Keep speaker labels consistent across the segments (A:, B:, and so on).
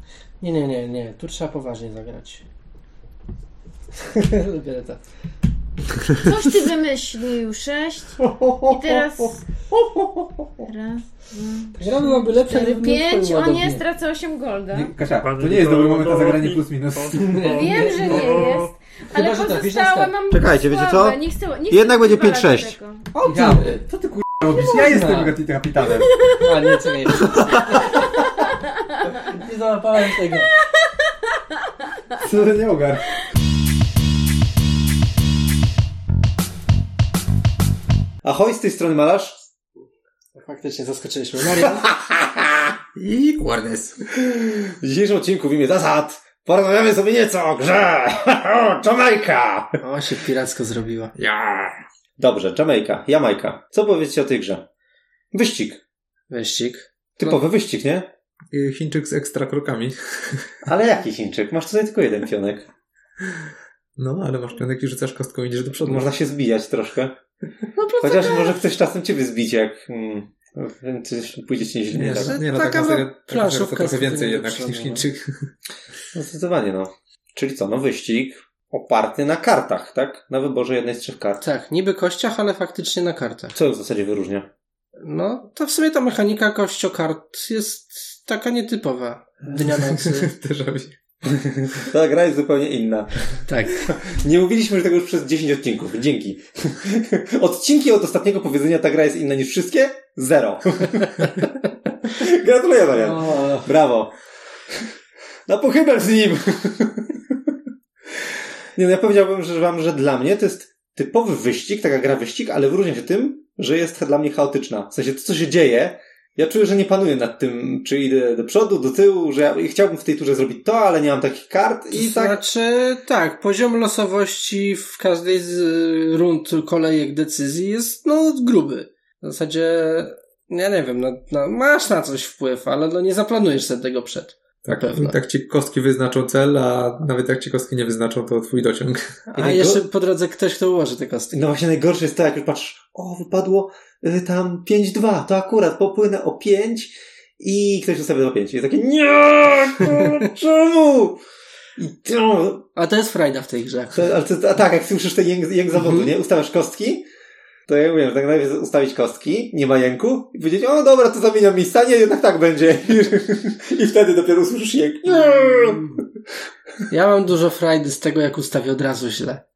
A: Nie. Tu trzeba poważnie zagrać. Lubię to.
B: Coś ty wymyślił. 6. I teraz... Raz,
A: Gra byłaby lepsza,
B: 4,
A: gdyby nie
B: 5.
A: twoją
B: O nie,
A: ładownię.
B: stracę 8 golda.
C: Kasia, to nie jest dobry moment na zagranie plus minus.
B: Wiem, że nie jest. Ale
A: Chyba, że trafisz na
B: pozostałe
A: start.
B: mam
D: Czekajcie, wiecie
B: słabe.
D: co?
B: Nie chcę
D: Jednak będzie
B: pozwalać
D: 5-6.
B: tego.
C: O ty, co ty robisz? Ja jestem kapitanem.
A: A nie, czekaj. Nie załapałem tego.
C: Co nie ogar.
D: Ahoj, z tej strony Malarz.
A: Faktycznie zaskoczyliśmy. Marian.
C: I Guardes.
D: W dzisiejszym odcinku w imię zasad porozmawiamy sobie nieco o grze Jamajka.
A: O, się piracko zrobiła.
C: Ja.
D: Dobrze, Jamajka. Co powiecie o tej grze? Wyścig.
A: Wyścig.
D: Typowy wyścig, nie?
C: Chińczyk z ekstra krokami.
D: Ale jaki Chińczyk? Masz tutaj tylko jeden pionek.
C: No, ale masz pionek i rzucasz kostką i idziesz do przodu.
D: Można się zbijać troszkę.
A: No
D: Chociaż może ktoś czasem ciebie zbić, jak pójdzie ci nieźle.
C: Nie,
D: tak?
C: nie, no
A: Taka
C: tak na serio,
A: planszówka
C: to trochę
A: z
C: więcej
A: tym
C: jednak
A: do przodu,
C: niż Chińczyk.
D: No zdecydowanie, no. Czyli co? No wyścig oparty na kartach, tak? Na wyborze jednej z 3 kart.
A: Tak, niby kościach, ale faktycznie na kartach.
D: Co w zasadzie wyróżnia?
A: No, to w sumie ta mechanika kościokart jest taka nietypowa. Dnia nocy.
C: Też robi.
D: Ta gra jest zupełnie inna.
A: Tak.
D: Nie mówiliśmy tego już przez 10 odcinków. Dzięki. Odcinki od ostatniego powiedzenia ta gra jest inna niż wszystkie? 0. Gratuluję, Marian.
A: O,
D: Brawo. Na pochybel z nim. Nie, no ja powiedziałbym, że dla mnie to jest typowy wyścig, taka gra wyścig, ale wyróżnia się tym, że jest dla mnie chaotyczna. W sensie to, co się dzieje, ja czuję, że nie panuję nad tym, czy idę do przodu, do tyłu, że ja chciałbym w tej turze zrobić to, ale nie mam takich kart i tak.
A: Znaczy, tak, poziom losowości w każdej z rund kolejek decyzji jest, no, gruby. W zasadzie, ja nie wiem, masz na coś wpływ, ale no nie zaplanujesz sobie tego przed.
C: Tak,
A: Pewno.
C: tak ci kostki wyznaczą cel, a nawet jak ci kostki nie wyznaczą, to twój dociąg.
A: A jeszcze po drodze ktoś, kto ułoży te kostki.
D: No właśnie najgorsze jest to, jak już patrzysz, wypadło tam 5-2, to akurat popłynę o 5 i ktoś zostawia do 5. I jest takie, nie, czemu? I to...
A: A to jest frajda w tej grze.
D: A tak, jak słyszysz ten jęk zawodu, nie? Ustawiasz kostki, to ja mówię, że tak najpierw ustawić kostki, nie ma jęku i powiedzieć, o dobra, to zamieniam miejsca, nie, jednak tak będzie. I wtedy dopiero usłyszysz jęk.
A: Ja mam dużo frajdy z tego, jak ustawię od razu źle.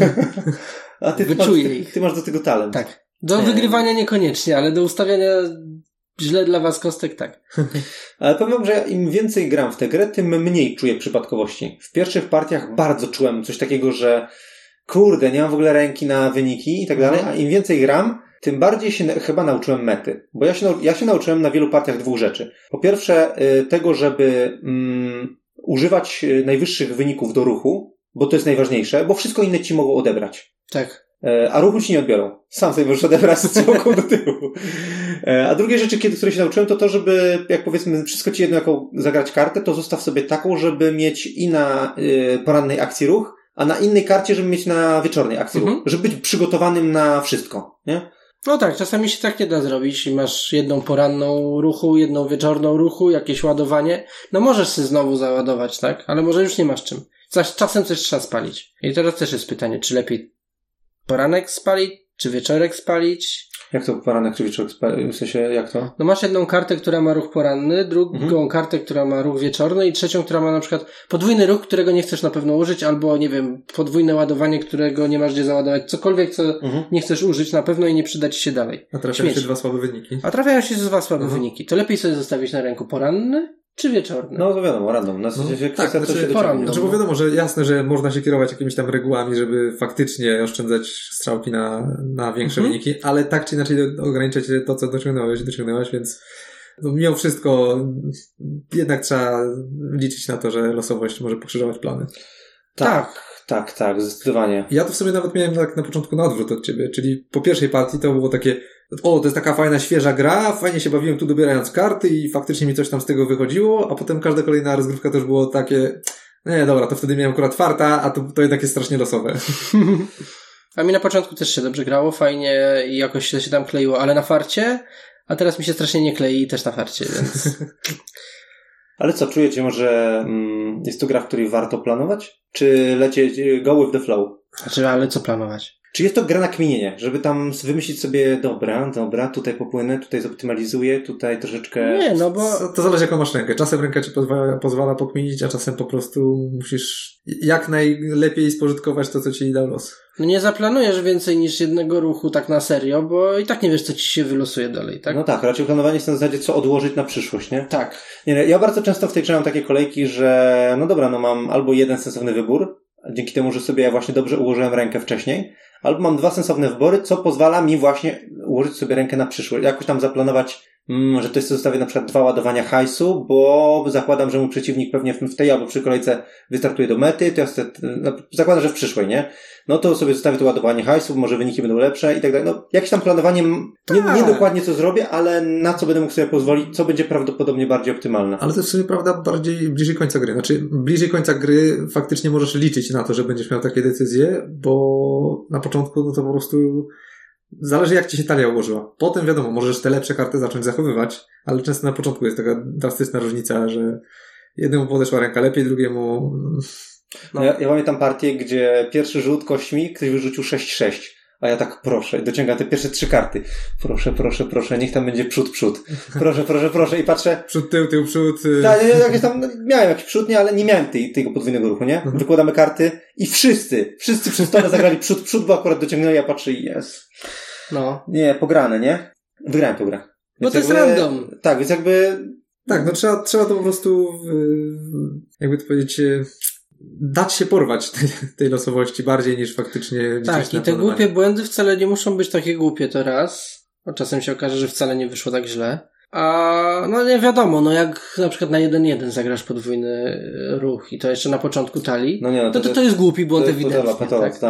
D: A ty masz do tego talent.
A: Tak. Do wygrywania niekoniecznie, ale do ustawiania źle dla was kostek tak.
D: Ale powiem, że im więcej gram w tę grę, tym mniej czuję przypadkowości. W pierwszych partiach bardzo czułem coś takiego, że kurde, nie mam w ogóle ręki na wyniki i tak dalej, a im więcej gram, tym bardziej się chyba nauczyłem mety. Bo ja się nauczyłem na wielu partiach 2 rzeczy. Po pierwsze, tego, żeby używać najwyższych wyników do ruchu, bo to jest najważniejsze, bo wszystko inne ci mogą odebrać.
A: Tak.
D: A ruchu ci nie odbiorą. Sam sobie możesz odebrać z boku do tyłu. A drugie rzeczy, które się nauczyłem, to żeby, jak powiedzmy, wszystko ci jedno, jaką zagrać kartę, to zostaw sobie taką, żeby mieć i na porannej akcji ruch, a na innej karcie, żeby mieć na wieczornej akcji ruch. Żeby być przygotowanym na wszystko, nie?
A: No tak, czasami się tak nie da zrobić i masz jedną poranną ruchu, jedną wieczorną ruchu, jakieś ładowanie. No możesz się znowu załadować, tak? Ale może już nie masz czym. Czasem coś trzeba spalić. I teraz też jest pytanie, czy lepiej poranek spalić, czy wieczorek spalić?
D: Jak to poranek czy wieczorek spalić? W sensie, jak to?
A: No masz jedną kartę, która ma ruch poranny, drugą kartę, która ma ruch wieczorny i trzecią, która ma na przykład podwójny ruch, którego nie chcesz na pewno użyć, albo, nie wiem, podwójne ładowanie, którego nie masz gdzie załadować. Cokolwiek, co nie chcesz użyć na pewno i nie przyda ci się dalej.
C: A trafiają się 2 słabe wyniki.
A: A trafiają się 2 słabe wyniki. To lepiej sobie zostawić na ręku poranny czy wieczorny?
D: No to wiadomo, random.
C: Tak, znaczy, bo wiadomo, że jasne, że można się kierować jakimiś tam regułami, żeby faktycznie oszczędzać strzałki na większe wyniki, ale tak czy inaczej ograniczać to, co dociągnęłaś, więc no, mimo wszystko jednak trzeba liczyć na to, że losowość może pokrzyżować plany.
D: Tak, zdecydowanie.
C: Ja to w sobie nawet miałem tak na początku na odwrót od ciebie, czyli po pierwszej partii to było takie, to jest taka fajna, świeża gra, fajnie się bawiłem tu dobierając karty i faktycznie mi coś tam z tego wychodziło, a potem każda kolejna rozgrywka też było takie, nie, dobra, to wtedy miałem akurat farta, a to jednak jest strasznie losowe.
A: A mi na początku też się dobrze grało, fajnie i jakoś się tam kleiło, ale na farcie, a teraz mi się strasznie nie klei też na farcie, więc...
D: Ale co, czujecie może jest to gra, w której warto planować? Czy lecieć go with the flow?
A: Znaczy, ale co planować?
D: Czy jest to gra na kminienie, żeby tam wymyślić sobie, dobra, tutaj popłynę, tutaj zoptymalizuję, tutaj troszeczkę...
A: Nie, no bo...
C: To zależy jaką masz rękę. Czasem ręka ci pozwala pokminić, a czasem po prostu musisz jak najlepiej spożytkować to, co ci dał los.
A: No nie zaplanujesz więcej niż jednego ruchu tak na serio, bo i tak nie wiesz, co ci się wylosuje dalej, tak?
D: No tak, raczej planowanie jest na zasadzie, co odłożyć na przyszłość, nie?
A: Tak.
D: Nie, ja bardzo często w tej grze mam takie kolejki, że no dobra, no mam albo jeden sensowny wybór, dzięki temu, że sobie ja właśnie dobrze ułożyłem rękę wcześniej, albo mam 2 sensowne wybory, co pozwala mi właśnie ułożyć sobie rękę na przyszłość. Jakoś tam zaplanować, że to jest zostawię na przykład 2 ładowania hajsu, bo zakładam, że mój przeciwnik pewnie w tej albo przy kolejce wystartuje do mety, to ja zakładam, że w przyszłej, nie? No to sobie zostawię to ładowanie hajsu, może wyniki będą lepsze i tak dalej. No jakieś tam planowanie, nie dokładnie co zrobię, ale na co będę mógł sobie pozwolić, co będzie prawdopodobnie bardziej optymalne.
C: Ale to jest w sumie prawda bliżej końca gry. Znaczy bliżej końca gry faktycznie możesz liczyć na to, że będziesz miał takie decyzje, bo na początku no to po prostu zależy jak ci się talia ułożyła. Potem wiadomo, możesz te lepsze karty zacząć zachowywać, ale często na początku jest taka drastyczna różnica, że jednemu podeszła ręka lepiej, drugiemu...
D: No. Ja pamiętam partię, gdzie pierwszy rzut kośćmi ktoś wyrzucił 6-6, a ja tak proszę, dociągam te pierwsze 3 karty. Proszę, niech tam będzie przód. Proszę i patrzę...
C: Przód, tył, przód...
D: Tak, jakieś tam, miałem jakiś przód, nie, ale nie miałem tego podwójnego ruchu, nie? Wykładamy karty i wszyscy przy stole zagrali przód, bo akurat dociągnęli, ja patrzę i jest.
A: No.
D: Nie, pograne, nie? Wygrałem tę grę.
A: Bo to jest random.
D: Tak, więc jakby...
C: Tak, no trzeba to po prostu jakby to powiedzieć... dać się porwać tej losowości bardziej niż faktycznie...
A: Tak, i te głupie błędy wcale nie muszą być takie głupie to raz, bo czasem się okaże, że wcale nie wyszło tak źle. A no nie wiadomo, no jak na przykład na 1-1 zagrasz podwójny ruch i to jeszcze na początku talii,
D: no nie, no
A: to jest głupi błąd ewidentnie, tak?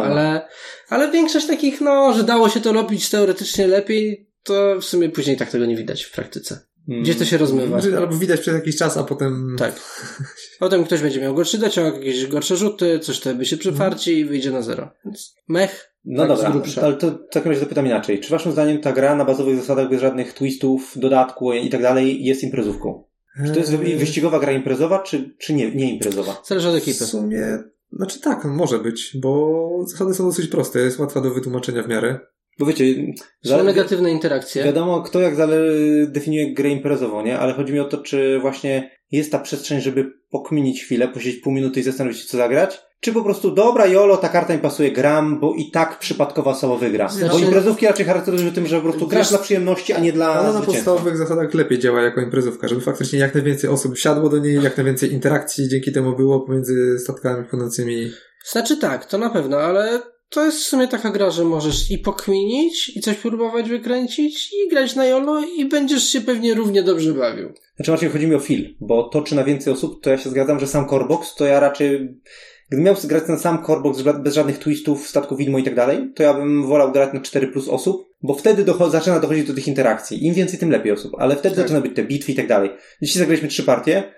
A: Ale większość takich, no, że dało się to robić teoretycznie lepiej, to w sumie później tak tego nie widać w praktyce. Gdzieś to się rozmywa.
C: Albo widać przez jakiś czas, a potem...
A: Tak. Potem ktoś będzie miał gorszy dociąg, jakieś gorsze rzuty, coś to by się przyfarci i wyjdzie na 0. Więc mech.
D: No tak, dobra, ale to w takim razie zapytam inaczej. Czy waszym zdaniem ta gra na bazowych zasadach bez żadnych twistów, dodatku i tak dalej jest imprezówką? Czy to jest wyścigowa gra imprezowa, czy nie imprezowa?
A: Zależy od ekipy.
C: W sumie, znaczy tak, może być, bo zasady są dosyć proste, jest łatwa do wytłumaczenia w miarę.
D: Bo wiecie...
A: Są negatywne interakcje.
D: Wiadomo, kto jak definiuje grę imprezową, nie? Ale chodzi mi o to, czy właśnie jest ta przestrzeń, żeby pokminić chwilę, posiedzieć pół minuty i zastanowić się, co zagrać? Czy po prostu, dobra, jolo, ta karta mi pasuje, gram, bo i tak przypadkowa solo wygra. Bo imprezówki raczej charakteryzują tym, że po prostu grasz dla przyjemności, a nie dla
C: zwycięstwa.
D: zwycięstwa.
C: Na podstawowych zasadach lepiej działa jako imprezówka, żeby faktycznie jak najwięcej osób wsiadło do niej, jak najwięcej interakcji dzięki temu było pomiędzy statkami płynącymi.
A: Znaczy tak, to na pewno, ale to jest w sumie taka gra, że możesz i pokminić, i coś próbować wykręcić, i grać na jolo i będziesz się pewnie równie dobrze bawił.
D: Znaczy Marcin, chodzi mi o feel, bo to czy na więcej osób, to ja się zgadzam, że sam corebox, to ja raczej... Gdybym miał grać ten sam corebox bez żadnych twistów, statków widmo i tak dalej, to ja bym wolał grać na 4+ osób, bo wtedy zaczyna dochodzić do tych interakcji. Im więcej, tym lepiej osób, ale wtedy zaczyna być te bitwy i tak dalej. Dzisiaj zagraliśmy 3 partie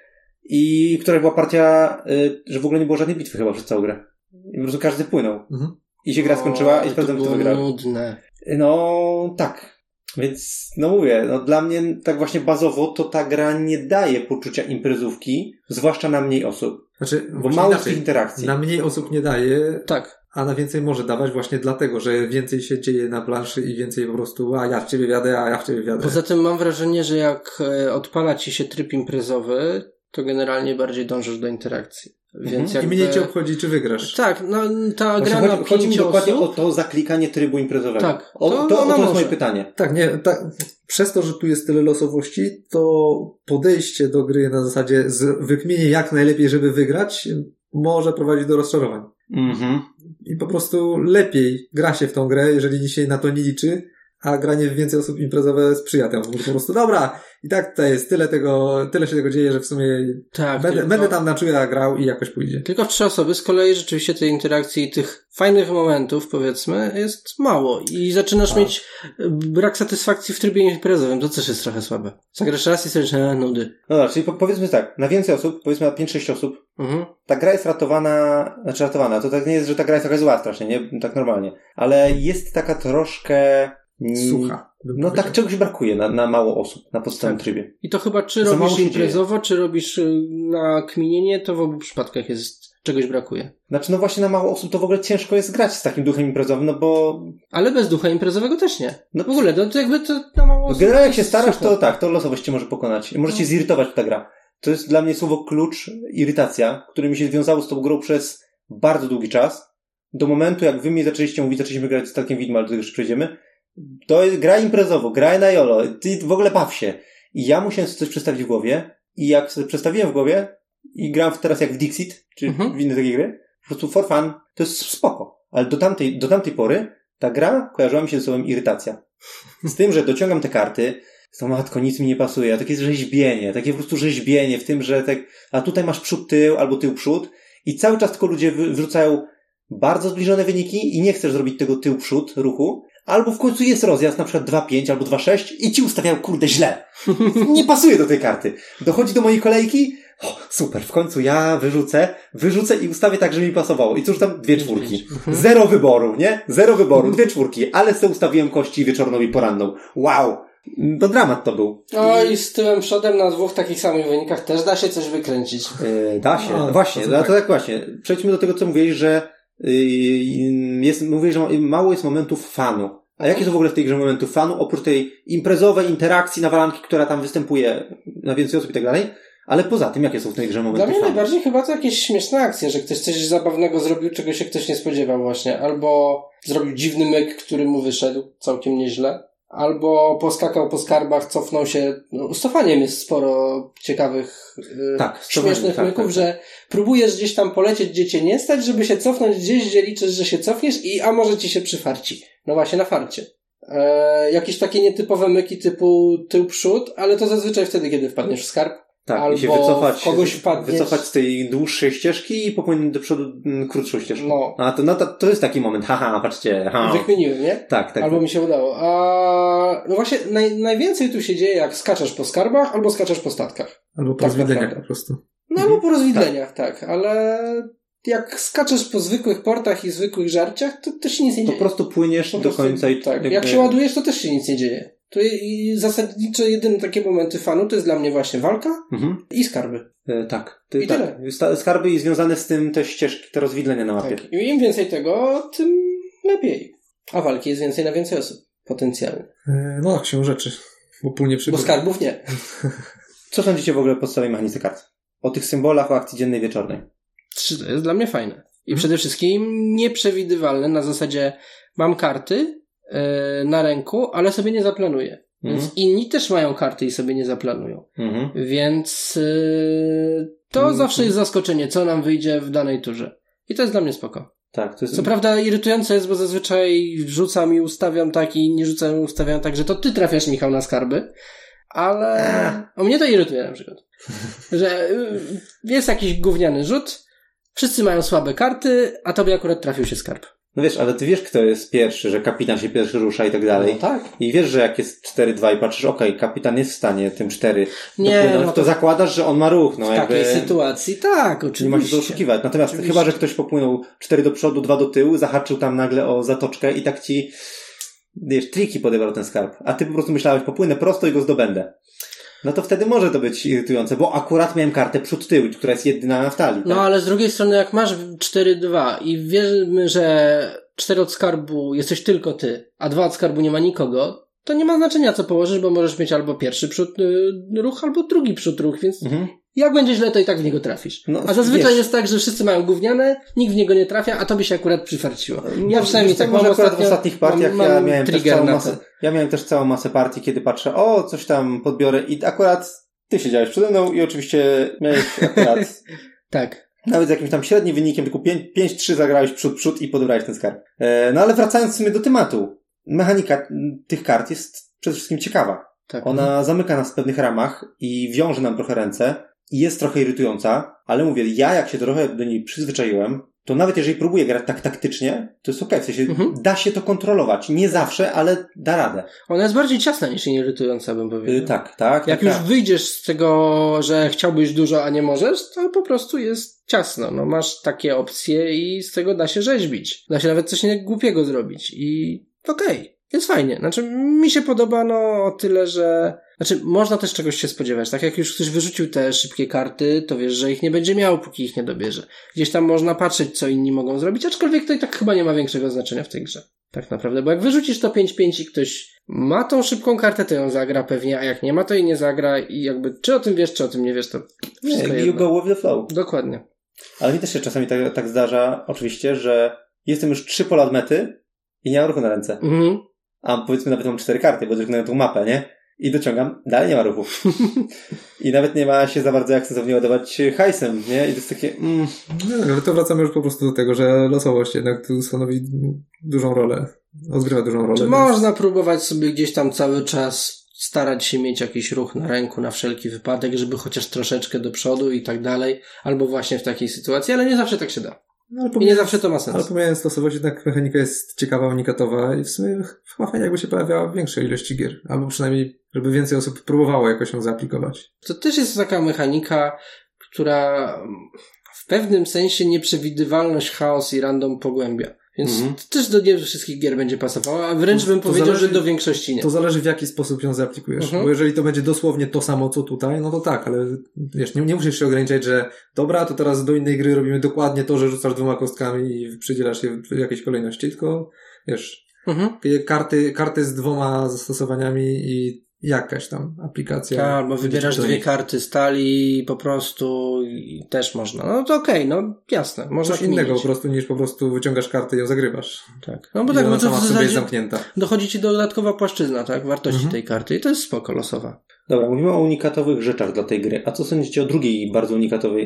D: i któraś była partia, że w ogóle nie było żadnej bitwy chyba przez całą grę. I po prostu każdy płynął. I się gra skończyła i sprawdzam, kto wygrał.
A: Nudne.
D: No, tak. Więc, no mówię, no dla mnie tak właśnie bazowo to ta gra nie daje poczucia imprezówki, zwłaszcza na mniej osób.
C: Znaczy,
D: bo mało tych interakcji.
C: Na mniej osób nie daje,
A: tak,
C: a na więcej może dawać właśnie dlatego, że więcej się dzieje na planszy i więcej po prostu, a ja w ciebie wiadę, a ja w ciebie wiadę.
A: Poza tym mam wrażenie, że jak odpala ci się tryb imprezowy, to generalnie bardziej dążysz do interakcji. Więc
C: I mniej cię obchodzi, czy wygrasz.
A: Tak, no ta gra na 5
D: chodzi mi dokładnie
A: osób...
D: o to zaklikanie trybu imprezowego.
A: Tak.
D: To jest moje pytanie.
C: Tak, nie, przez to, że tu jest tyle losowości, to podejście do gry na zasadzie wykmienie jak najlepiej, żeby wygrać, może prowadzić do rozczarowań. I po prostu lepiej gra się w tą grę, jeżeli się na to nie liczy, a granie w więcej osób imprezowe sprzyja temu. Po prostu dobra, i tak to jest tyle się tego dzieje, że w sumie będę tam na czuja grał i jakoś pójdzie.
A: Tylko w 3 osoby z kolei rzeczywiście tej interakcji i tych fajnych momentów, powiedzmy, jest mało i zaczynasz mieć brak satysfakcji w trybie imprezowym, to też jest trochę słabe. Zagrasz raz i sobie nudy.
D: No dobra, czyli powiedzmy tak, na więcej osób, powiedzmy na 5-6 osób, ta gra jest ratowana, to tak nie jest, że ta gra jest taka zła strasznie, nie? Tak normalnie. Ale jest taka troszkę... No tak, czegoś brakuje na mało osób, na podstawowym trybie.
A: I to chyba czy robisz imprezowo, czy robisz na kminienie, to w obu przypadkach czegoś brakuje.
D: Znaczy, no właśnie na mało osób to w ogóle ciężko jest grać z takim duchem imprezowym, no bo...
A: Ale bez ducha imprezowego też nie. No w ogóle, to jakby to na mało osób...
D: Generalnie jak się starasz, to tak, to losowość cię może pokonać. Może cię zirytować ta gra. To jest dla mnie słowo klucz, irytacja, które mi się związało z tą grą przez bardzo długi czas. Do momentu, jak wy mi zaczęliśmy grać z Statkiem Widma, ale do tego już przejdziemy. To jest gra imprezowo, graj na YOLO, ty w ogóle baw się. I ja musiałem sobie coś przestawić w głowie i jak sobie przestawiłem w głowie i gram teraz jak w Dixit, czy w inne takie gry, po prostu for fun, to jest spoko. Ale do tamtej pory ta gra kojarzyła mi się ze słowem irytacja. Z tym, że dociągam te karty, to matko, nic mi nie pasuje, a takie takie po prostu rzeźbienie w tym, że tak, a tutaj masz przód, tył, albo tył, przód i cały czas tylko ludzie wyrzucają bardzo zbliżone wyniki i nie chcesz zrobić tego tył, przód ruchu, albo w końcu jest rozjazd, na przykład 2-5 albo 2-6 i ci ustawiają, kurde, źle. Nie pasuje do tej karty. Dochodzi do mojej kolejki, super, w końcu ja wyrzucę i ustawię tak, żeby mi pasowało. I cóż tam? 2 czwórki. 0 wyboru, nie? 0 wyboru, 2 czwórki, ale sobie ustawiłem kości wieczorną i poranną. Wow! To dramat to był.
A: No i z tyłem przodem na 2 takich samych wynikach też da się coś wykręcić.
D: Da się. No, właśnie, to tak właśnie. Przejdźmy do tego, co mówiłeś, że mówię, że mało jest momentów fanu. A jakie to w ogóle w tej grze momentów fanu? Oprócz tej imprezowej interakcji nawalanki, która tam występuje na więcej osób i tak dalej. Ale poza tym, jakie są w tej grze momenty
A: fanu? Dla mnie najbardziej chyba to jakieś śmieszne akcje, że ktoś coś zabawnego zrobił, czego się ktoś nie spodziewał właśnie. Albo zrobił dziwny myk, który mu wyszedł całkiem nieźle. Albo poskakał po skarbach, cofnął się. No, stofaniem jest sporo ciekawych, śmiesznych myków, że próbujesz gdzieś tam polecieć, gdzie cię nie stać, żeby się cofnąć gdzieś, gdzie liczysz, że się cofniesz a może ci się przyfarci. No właśnie na farcie. Jakieś takie nietypowe myki typu tył przód, ale to zazwyczaj wtedy, kiedy wpadniesz w skarb.
D: Tak, albo i się wycofać z tej dłuższej ścieżki i popłynąć do przodu krótszą ścieżką. No. A to jest taki moment, patrzcie.
A: Wykminiłem, nie?
D: Tak.
A: Albo mi się udało. No właśnie, najwięcej tu się dzieje, jak skaczesz po skarbach, albo skaczesz po statkach.
C: Albo po rozwidleniach po prostu.
A: No albo po rozwidleniach, tak. Ale jak skaczesz po zwykłych portach i zwykłych żarciach, to się nic nie dzieje.
D: Po prostu płyniesz do końca i...
A: Tak, jak się ładujesz, to też się nic nie dzieje. To zasadniczo jedyne takie momenty fanu to jest dla mnie właśnie walka i skarby.
D: Tak.
A: I tyle.
D: Skarby i związane z tym te ścieżki, te rozwidlenia na mapie.
A: Tak. I im więcej tego, tym lepiej. A walki jest więcej na więcej osób. Potencjalnie.
C: No tak się rzeczy.
A: Bo skarbów nie.
D: Co sądzicie w ogóle o podstawie mechanice kart? O tych symbolach, o akcji dziennej, wieczornej?
A: To jest dla mnie fajne. I przede wszystkim nieprzewidywalne na zasadzie mam karty na ręku, ale sobie nie zaplanuję. Więc inni też mają karty i sobie nie zaplanują. Więc to zawsze jest zaskoczenie, co nam wyjdzie w danej turze. I to jest dla mnie spoko.
D: Tak, to jest...
A: Co prawda irytujące jest, bo zazwyczaj rzucam i ustawiam tak i nie rzucam i ustawiam tak, że to ty trafiasz, Michał, na skarby. Ale o mnie to irytuje na przykład. Że jest jakiś gówniany rzut, wszyscy mają słabe karty, a tobie akurat trafił się skarb.
D: No wiesz, ale ty wiesz, kto jest pierwszy, że kapitan się pierwszy rusza i tak dalej.
A: No tak.
D: I wiesz, że jak jest 4-2 i patrzysz, kapitan jest w stanie tym 4 dopłynąć, to zakładasz, że on ma ruch. No,
A: w takiej sytuacji tak, oczywiście.
D: Nie ma się to oszukiwać. Natomiast chyba, że ktoś popłynął 4 do przodu, 2 do tyłu, zahaczył tam nagle o zatoczkę i tak ci, wiesz, triki podebrał ten skarb. A ty po prostu myślałeś, popłynę prosto i go zdobędę. No to wtedy może to być irytujące, bo akurat miałem kartę przód-tył, która jest jedyna w talii. Tak?
A: No ale z drugiej strony, jak masz 4-2 i wiemy, że 4 od skarbu jesteś tylko ty, a 2 od skarbu nie ma nikogo, to nie ma znaczenia, co położysz, bo możesz mieć albo pierwszy przód ruch, albo drugi przód ruch, więc jak będzie źle, to i tak w niego trafisz. No, a zazwyczaj jest tak, że wszyscy mają gówniane, nikt w niego nie trafia, a tobie się akurat przyfarciło. Ja przynajmniej tak mam
D: akurat w ostatnich partiach ja miałem też całą masę partii, kiedy patrzę, coś tam podbiorę i akurat ty siedziałeś przede mną i oczywiście miałeś akurat
A: tak.
D: Nawet z jakimś tam średnim wynikiem, tylko 5-3 zagrałeś przód i podebrałeś ten skarb. No ale wracając w sumie do tematu, mechanika tych kart jest przede wszystkim ciekawa. Tak. Ona zamyka nas w pewnych ramach i wiąże nam trochę ręce i jest trochę irytująca, ale mówię, ja jak się trochę do niej przyzwyczaiłem, to nawet jeżeli próbuję grać tak taktycznie, to jest okej, w sensie da się to kontrolować. Nie zawsze, ale da radę.
A: Ona jest bardziej ciasna niż irytująca, bym powiedział.
D: Tak.
A: Jak już wyjdziesz z tego, że chciałbyś dużo, a nie możesz, to po prostu jest ciasno. No masz takie opcje i z tego da się rzeźbić. Da się nawet coś głupiego zrobić i okej. jest fajnie. Znaczy, mi się podoba, no, o tyle, że... Znaczy, można też czegoś się spodziewać. Tak jak już ktoś wyrzucił te szybkie karty, to wiesz, że ich nie będzie miał, póki ich nie dobierze. Gdzieś tam można patrzeć, co inni mogą zrobić, aczkolwiek to i tak chyba nie ma większego znaczenia w tej grze. Tak naprawdę, bo jak wyrzucisz to 5-5 i ktoś ma tą szybką kartę, to ją zagra pewnie, a jak nie ma, to jej nie zagra i jakby, czy o tym wiesz, czy o tym nie wiesz, to wszystko
D: you go with the flow.
A: Dokładnie.
D: Ale mi też się czasami tak zdarza, oczywiście, że jestem już 3 pola od mety i nie mam ruchu na ręce.
A: Mhm.
D: A powiedzmy nawet mam 4 karty, bo druknąłem tą mapę, nie? I dociągam, dalej nie ma ruchu. I nawet nie ma się za bardzo jak sensownie ładować hajsem, nie? I to jest takie...
C: No, ale to wracamy już po prostu do tego, że losowość jednak tu stanowi dużą rolę. Odgrywa dużą rolę.
A: Czy można próbować sobie gdzieś tam cały czas starać się mieć jakiś ruch na ręku na wszelki wypadek, żeby chociaż troszeczkę do przodu i tak dalej, albo właśnie w takiej sytuacji, ale nie zawsze tak się da. No, i nie zawsze to ma sens.
C: Ale pomijając losowość, jednak mechanika jest ciekawa, unikatowa i w sumie chyba fajnie jakby się pojawiała w większej ilości gier. Albo przynajmniej, żeby więcej osób próbowało jakoś ją zaaplikować.
A: To też jest taka mechanika, która w pewnym sensie nieprzewidywalność, chaos i random pogłębia. Więc to też do nie wszystkich gier będzie pasowała, a wręcz bym powiedział, że do większości nie.
C: To zależy w jaki sposób ją zaaplikujesz. Bo jeżeli to będzie dosłownie to samo co tutaj, no to tak, ale wiesz, nie musisz się ograniczać, że dobra, to teraz do innej gry robimy dokładnie to, że rzucasz 2 kostkami i przydzielasz je w jakiejś kolejności, tylko wiesz, karty z 2 zastosowaniami i jakaś tam aplikacja.
A: Tak, albo wybierasz 2 karty stali po prostu i też można. No to okej, no jasne. Można
C: coś innego po prostu niż po prostu wyciągasz kartę i ją zagrywasz.
A: Tak. No bo tak,
C: ona
A: bo to
C: sama
A: w
C: sobie
A: zasadzie
C: jest zamknięta.
A: dochodzi ci dodatkowa płaszczyzna, tak? Wartości tej karty i to jest spoko, losowa.
D: Dobra, mówimy o unikatowych rzeczach dla tej gry. A co sądzicie o drugiej bardzo unikatowej,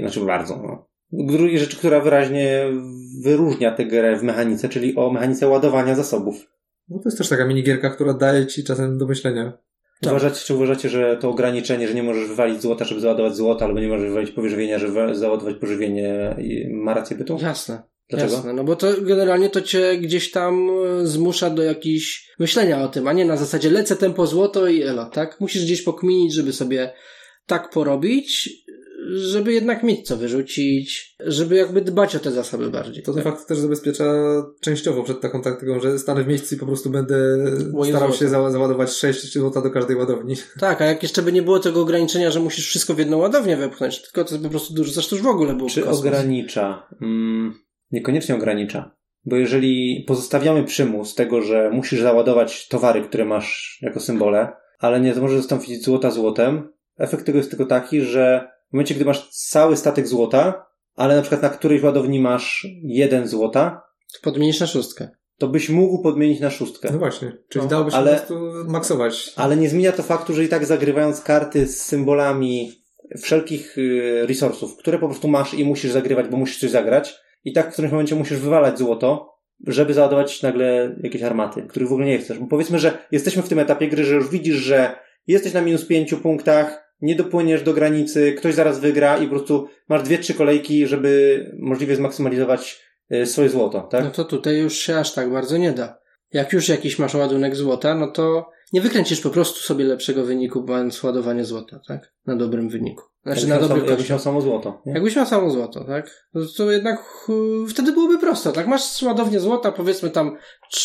D: drugiej rzeczy, która wyraźnie wyróżnia tę grę w mechanice, czyli o mechanice ładowania zasobów.
C: No to jest też taka minigierka, która daje ci czasem do myślenia.
A: Tak.
D: Uważacie, że to ograniczenie, że nie możesz wywalić złota, żeby załadować złoto, albo nie możesz wywalić pożywienia, żeby załadować pożywienie, ma rację bytu?
A: Jasne.
D: Dlaczego?
A: Jasne, no bo to generalnie to cię gdzieś tam zmusza do jakichś myślenia o tym, a nie na zasadzie lecę tempo złoto i elo, tak? Musisz gdzieś pokminić, żeby sobie tak porobić, żeby jednak mieć co wyrzucić, żeby jakby dbać o te zasoby bardziej.
C: To de facto też zabezpiecza częściowo przed taką taktyką, że stanę w miejscu i po prostu będę starał się załadować 6 złota do każdej ładowni. Tak,
A: a jak jeszcze by nie było tego ograniczenia, że musisz wszystko w jedną ładownię wepchnąć, tylko to po prostu dużo, zresztą już w ogóle było.
D: Czy ogranicza? Niekoniecznie ogranicza. Bo jeżeli pozostawiamy przymus tego, że musisz załadować towary, które masz jako symbole, ale nie możesz zastąpić złota złotem, efekt tego jest tylko taki, że w momencie, gdy masz cały statek złota, ale na przykład na którejś ładowni masz 1 złota,
A: to podmienisz na 6.
D: To byś mógł podmienić na 6.
C: No właśnie, czyli dałoby się po prostu maksować.
D: Ale nie zmienia to faktu, że i tak zagrywając karty z symbolami wszelkich resursów, które po prostu masz i musisz zagrywać, bo musisz coś zagrać, i tak w którymś momencie musisz wywalać złoto, żeby załadować nagle jakieś armaty, których w ogóle nie chcesz. Bo powiedzmy, że jesteśmy w tym etapie gry, że już widzisz, że jesteś na -5 punktach, nie dopłyniesz do granicy, ktoś zaraz wygra i po prostu masz 2-3 kolejki, żeby możliwie zmaksymalizować swoje złoto, tak?
A: No to tutaj już się aż tak bardzo nie da. Jak już jakiś masz ładunek złota, no to nie wykręcisz po prostu sobie lepszego wyniku, mając ładowanie złota, tak? Na dobrym wyniku. Znaczy na dobrych
D: jakbyś miał samo złoto. Nie?
A: Jakbyś miał samo złoto, tak? To jednak wtedy byłoby prosto, tak? Masz ładownię złota, powiedzmy tam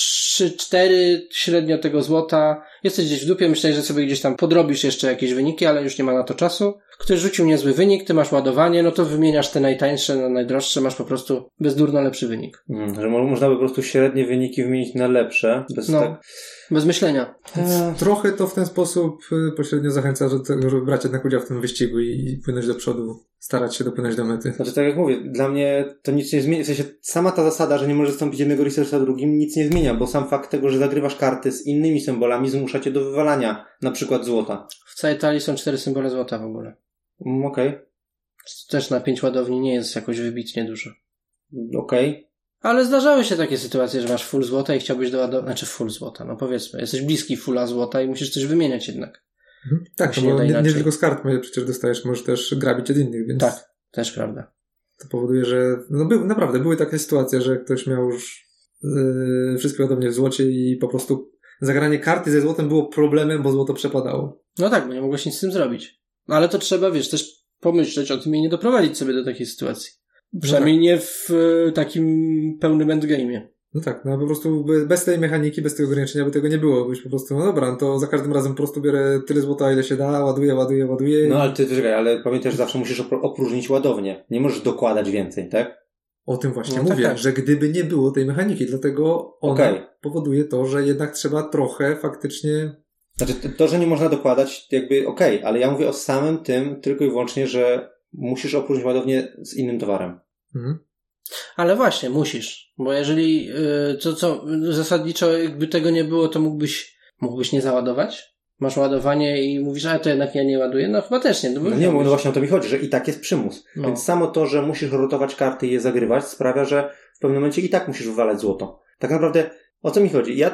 A: 3-4 średnio tego złota, jesteś gdzieś w dupie, myślałeś, że sobie gdzieś tam podrobisz jeszcze jakieś wyniki, ale już nie ma na to czasu. Ktoś rzucił niezły wynik, ty masz ładowanie, no to wymieniasz te najtańsze na najdroższe, masz po prostu bezdurno lepszy wynik.
D: Że można by po prostu średnie wyniki wymienić na lepsze.
A: Bez myślenia.
C: Trochę to w ten sposób pośrednio zachęca do tego, żeby brać jednak udział w tym wyścigu i płynąć do przodu, starać się dopłynąć do mety.
D: Znaczy, tak jak mówię, dla mnie to nic nie zmienia. W sensie sama ta zasada, że nie możesz zastąpić jednego resursa drugim, nic nie zmienia, bo sam fakt tego, że zagrywasz karty z innymi symbolami, zmusza cię do wywalania na przykład złota.
A: W całej talii są 4 symbole złota w ogóle.
D: Okej.
A: Też na 5 ładowni nie jest jakoś wybitnie dużo.
D: Okej.
A: Ale zdarzały się takie sytuacje, że masz full złota i chciałbyś doładować, znaczy full złota, no powiedzmy, jesteś bliski fulla złota i musisz coś wymieniać jednak.
C: Tak, no bo nie tylko z kart przecież dostajesz, możesz też grabić od innych, więc...
A: Tak, też prawda.
C: To powoduje, że naprawdę były takie sytuacje, że ktoś miał już wszystkie ładownie w złocie i po prostu zagranie karty ze złotem było problemem, bo złoto przepadało.
A: No tak, bo nie mogłeś nic z tym zrobić. No ale to trzeba, wiesz, też pomyśleć o tym i nie doprowadzić sobie do takiej sytuacji. Przynajmniej nie w takim pełnym endgame'ie.
C: No tak, no po prostu bez tej mechaniki, bez tego ograniczenia by tego nie było. Byś po prostu, no dobra, no to za każdym razem po prostu biorę tyle złota, ile się da, ładuję.
D: No ale ty czekaj, ale pamiętaj, że zawsze musisz opróżnić ładownię. Nie możesz dokładać więcej, tak?
C: O tym właśnie mówię, tak. Że gdyby nie było tej mechaniki, dlatego ona powoduje to, że jednak trzeba trochę faktycznie...
D: Znaczy to, że nie można dokładać, jakby ale ja mówię o samym tym tylko i wyłącznie, że musisz opróżnić ładownię z innym towarem.
C: Mhm.
A: Ale właśnie, musisz. Bo jeżeli zasadniczo jakby tego nie było, to mógłbyś nie załadować? Masz ładowanie i mówisz, ale to jednak ja nie ładuję? No chyba też nie.
D: No właśnie o to mi chodzi, że i tak jest przymus. No. Więc samo to, że musisz rotować karty i je zagrywać, sprawia, że w pewnym momencie i tak musisz wywalać złoto. Tak naprawdę o co mi chodzi? Ja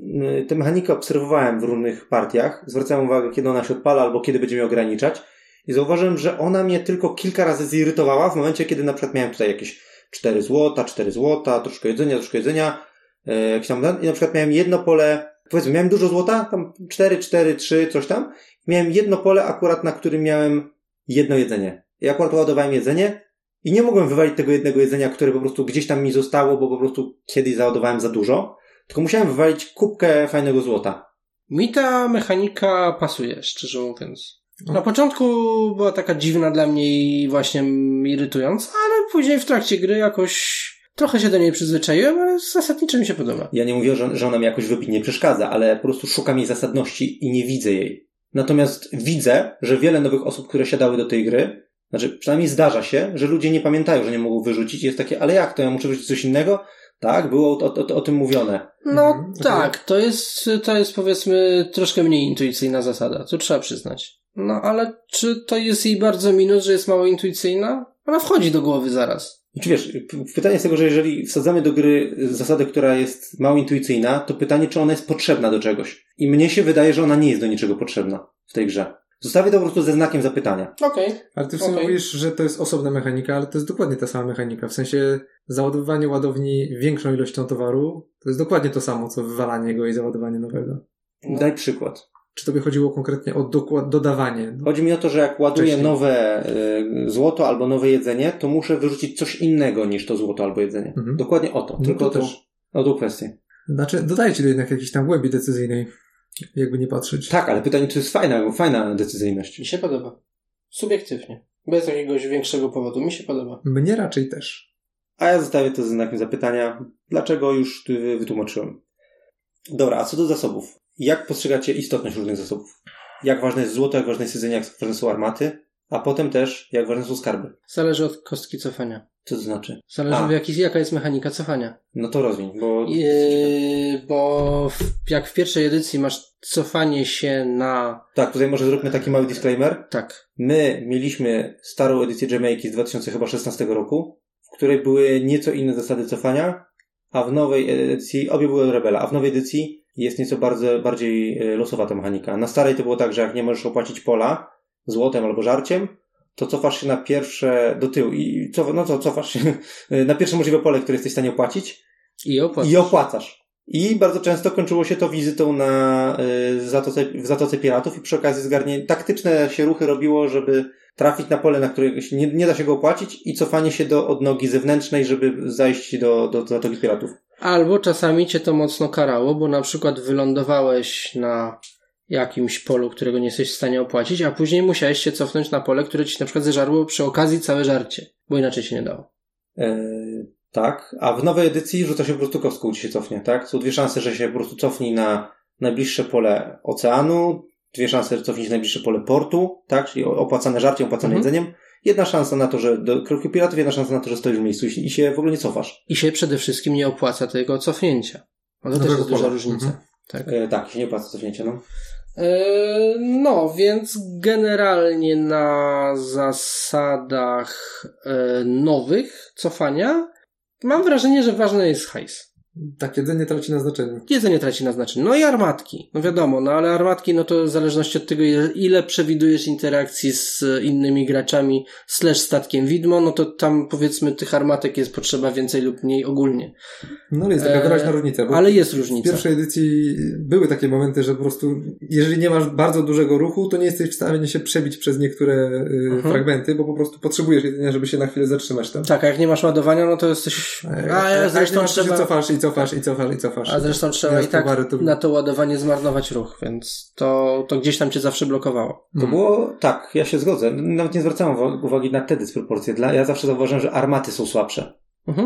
D: tę mechanikę obserwowałem w różnych partiach, zwracałem uwagę, kiedy ona się odpala albo kiedy będzie mnie ograniczać i zauważyłem, że ona mnie tylko kilka razy zirytowała w momencie, kiedy na przykład miałem tutaj jakieś 4 złota, troszkę jedzenia, jakiś tam, i na przykład miałem jedno pole, powiedzmy, miałem dużo złota, tam 4, 3, coś tam, miałem jedno pole akurat, na którym miałem jedno jedzenie. I akurat ładowałem jedzenie i nie mogłem wywalić tego jednego jedzenia, które po prostu gdzieś tam mi zostało, bo po prostu kiedyś załadowałem za dużo, tylko musiałem wywalić kubkę fajnego złota.
A: Mi ta mechanika pasuje, szczerze mówiąc. Na początku była taka dziwna dla mnie i właśnie irytująca, ale później w trakcie gry jakoś trochę się do niej przyzwyczaiłem, ale zasadniczo mi się podoba.
D: Ja nie mówię, że ona mi jakoś wybitnie przeszkadza, ale po prostu szukam jej zasadności i nie widzę jej. Natomiast widzę, że wiele nowych osób, które siadały do tej gry, znaczy przynajmniej zdarza się, że ludzie nie pamiętają, że nie mogą wyrzucić. Jest takie, ale jak to, ja muszę wyrzucić coś innego? Tak, było o tym mówione.
A: No tak, to jest powiedzmy troszkę mniej intuicyjna zasada, to trzeba przyznać. No ale czy to jest jej bardzo minus, że jest mało intuicyjna? Ona wchodzi do głowy zaraz.
D: Czy wiesz, pytanie jest tego, że jeżeli wsadzamy do gry zasadę, która jest mało intuicyjna, to pytanie, czy ona jest potrzebna do czegoś. I mnie się wydaje, że ona nie jest do niczego potrzebna w tej grze. Zostawię to po prostu ze znakiem zapytania.
A: Okej.
C: Ale ty w sumie mówisz, że to jest osobna mechanika, ale to jest dokładnie ta sama mechanika. W sensie załadowywanie ładowni większą ilością towaru to jest dokładnie to samo, co wywalanie go i załadowanie nowego.
D: No. Daj przykład.
C: Czy tobie chodziło konkretnie o dodawanie?
D: Chodzi mi o to, że jak ładuję nowe złoto albo nowe jedzenie, to muszę wyrzucić coś innego niż to złoto albo jedzenie. Mhm. Dokładnie o to.
C: No
D: tylko
C: to też.
D: O tą kwestię.
C: Znaczy, dodajcie jednak jakiejś tam głębi decyzyjnej, jakby nie patrzeć.
D: Tak, ale pytanie, czy jest fajna decyzyjność.
A: Mi się podoba. Subiektywnie. Bez jakiegoś większego powodu. Mi się podoba.
C: Mnie raczej też.
D: A ja zostawię to ze znakiem zapytania. Dlaczego już wytłumaczyłem. Dobra, a co do zasobów? Jak postrzegacie istotność różnych zasobów? Jak ważne jest złoto, jak ważne jest jedzenie, jak ważne są armaty, a potem też jak ważne są skarby?
A: Zależy od kostki cofania.
D: Co to znaczy?
A: Zależy jaka jest mechanika cofania.
D: No to rozwiń, bo...
A: Bo jak w pierwszej edycji masz cofanie się na...
D: Tak, tutaj może zróbmy taki mały disclaimer.
A: Tak.
D: My mieliśmy starą edycję Jamaiki z 2016 roku, w której były nieco inne zasady cofania, a w nowej edycji, obie były od Rebela, a w nowej edycji jest nieco bardziej losowa ta mechanika. Na starej to było tak, że jak nie możesz opłacić pola złotem albo żarciem, to cofasz się na pierwsze do tyłu i cofasz się na pierwsze możliwe pole, które jesteś w stanie opłacić i opłacasz. I bardzo często kończyło się to wizytą w Zatoce Piratów i przy okazji taktyczne się ruchy robiło, żeby trafić na pole, na które nie da się go opłacić i cofanie się do odnogi zewnętrznej, żeby zajść do Zatoki Piratów.
A: Albo czasami cię to mocno karało, bo na przykład wylądowałeś na jakimś polu, którego nie jesteś w stanie opłacić, a później musiałeś się cofnąć na pole, które ci na przykład zeżarło przy okazji całe żarcie, bo inaczej się nie dało.
D: Tak, a w nowej edycji rzuca się po prostu kostką, ci się cofnie, tak? Są 2 szanse, że się po prostu cofnij na najbliższe pole oceanu, 2 szanse, że cofnij się na najbliższe pole portu, tak? Czyli opłacane żarciem, opłacane jedzeniem. 1 szansa na to, że do kroku piratów, 1 szansa na to, że stoisz w miejscu i się w ogóle nie cofasz.
A: I się przede wszystkim nie opłaca tego cofnięcia. To też jest duża różnica. Tak,
D: tak, się nie opłaca cofnięcia, no.
A: No, więc generalnie na zasadach nowych cofania mam wrażenie, że ważny jest hajs.
C: Tak, jedzenie traci na znaczeniu.
A: Jedzenie traci na znaczeniu. No i armatki. No wiadomo, no ale armatki, no to w zależności od tego, ile przewidujesz interakcji z innymi graczami / statkiem widmo, no to tam powiedzmy tych armatek jest potrzeba więcej lub mniej ogólnie.
C: No ale jest taka wyraźna różnica.
A: Ale jest różnica.
C: W pierwszej edycji były takie momenty, że po prostu jeżeli nie masz bardzo dużego ruchu, to nie jesteś w stanie się przebić przez niektóre fragmenty, bo po prostu potrzebujesz jedzenia, żeby się na chwilę zatrzymać tam.
A: Tak, a jak nie masz ładowania, no to jesteś...
C: Zresztą trzeba... się cofasz i cofasz.
A: A zresztą trzeba i tak na to ładowanie zmarnować ruch, więc to gdzieś tam cię zawsze blokowało.
D: To było, tak, ja się zgodzę. Nawet nie zwracałem uwagi na te dysproporcje. Ja zawsze zauważyłem, że armaty są słabsze.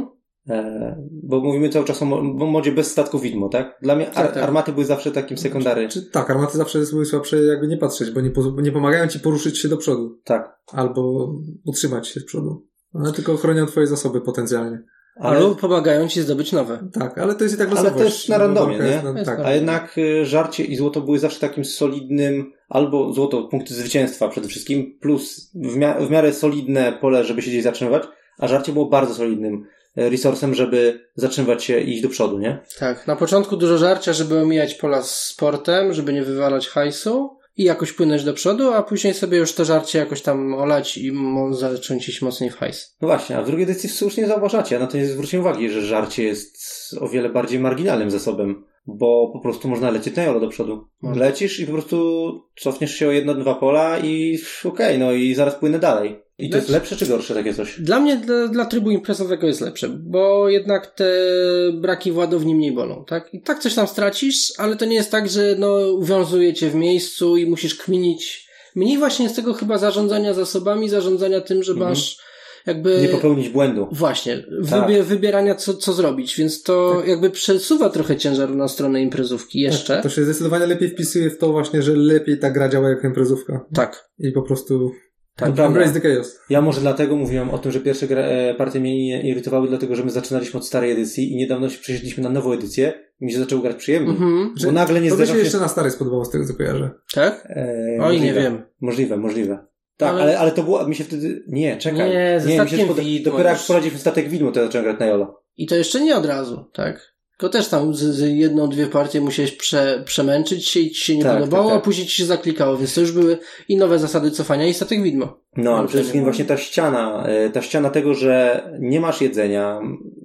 D: Bo mówimy cały czas o modzie bez statku widmo, tak? Dla mnie armaty były zawsze takim sekundary.
C: Tak, armaty zawsze były słabsze, jakby nie patrzeć, bo nie pomagają ci poruszyć się do przodu.
D: Tak.
C: Albo utrzymać się z przodu. One tylko chronią twoje zasoby potencjalnie.
A: Albo pomagają ci zdobyć nowe.
C: Tak, ale to jest i tak losowość.
D: Ale też na randomie, nie?
C: Tak.
D: A jednak żarcie i złoto były zawsze takim solidnym, albo złoto punkty zwycięstwa przede wszystkim, plus w miarę solidne pole, żeby się gdzieś zatrzymywać, a żarcie było bardzo solidnym resursem, żeby zatrzymywać się i iść do przodu, nie?
A: Tak, na początku dużo żarcia, żeby omijać pola z sportem, żeby nie wywalać hajsu i jakoś płynąć do przodu, a później sobie już to żarcie jakoś tam olać i zacząć iść mocniej w hajs.
D: No właśnie, a w drugiej edycji słusznie zauważacie, a na to nie zwróciłem uwagi, że żarcie jest o wiele bardziej marginalnym zasobem, bo po prostu można lecieć na jolo do przodu. Lecisz i po prostu cofniesz się o 1-2 pola i okej, no i zaraz płynę dalej. I to jest lepsze czy gorsze takie coś?
A: Dla mnie, dla trybu imprezowego jest lepsze, bo jednak te braki w ładowni mniej bolą, tak? I tak coś tam stracisz, ale to nie jest tak, że uwiązuje cię w miejscu i musisz kminić. Mniej właśnie jest tego chyba zarządzania zasobami, zarządzania tym, że masz jakby...
D: Nie popełnić błędu.
A: Właśnie. Wybierania co zrobić, więc to jakby przesuwa trochę ciężar na stronę imprezówki jeszcze.
C: Tak, to się zdecydowanie lepiej wpisuje w to właśnie, że lepiej ta gra działa jak imprezówka.
A: Tak.
C: I po prostu...
D: Tak,
C: Embrace the Chaos.
D: Ja może dlatego mówiłem o tym, że pierwsze partie mnie irytowały, dlatego że my zaczynaliśmy od starej edycji i niedawno się przesiedliśmy na nową edycję i mi się zaczęło grać przyjemnie. Bo nagle nie zdarza się...
C: To by się jeszcze na starej spodobało z tego, co kojarzę.
A: Tak? Oj, nie wiem.
D: Możliwe. Tak, ale to było, mi się wtedy... Nie, czekaj.
A: Nie, ze statkiem widmo.
D: Dopiero jak wprowadziliśmy statek widmo, to ja zacząłem grać na jolo.
A: I to jeszcze nie od razu, tak? Tylko też tam z 1-2 partie musiałeś przemęczyć się i ci się nie podobało, a później ci się zaklikało, więc to już były i nowe zasady cofania i statek widmo.
D: No, ale przede wszystkim właśnie ta ściana tego, że nie masz jedzenia,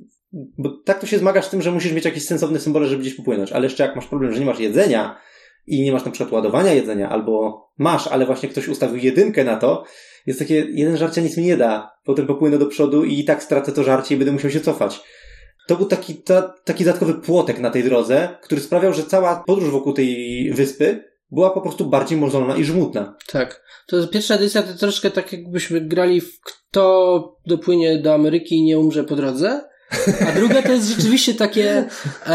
D: bo tak to się zmagasz z tym, że musisz mieć jakieś sensowne symbole, żeby gdzieś popłynąć, ale jeszcze jak masz problem, że nie masz jedzenia i nie masz na przykład ładowania jedzenia, albo masz, ale właśnie ktoś ustawił 1 na to, jest takie, jeden żarcia nic mi nie da, potem popłynę do przodu i tak stracę to żarcie i będę musiał się cofać. To był taki dodatkowy płotek na tej drodze, który sprawiał, że cała podróż wokół tej wyspy była po prostu bardziej mozolna i żmudna.
A: Tak. To jest pierwsza edycja, to troszkę tak jakbyśmy grali w kto dopłynie do Ameryki i nie umrze po drodze. A druga to jest rzeczywiście takie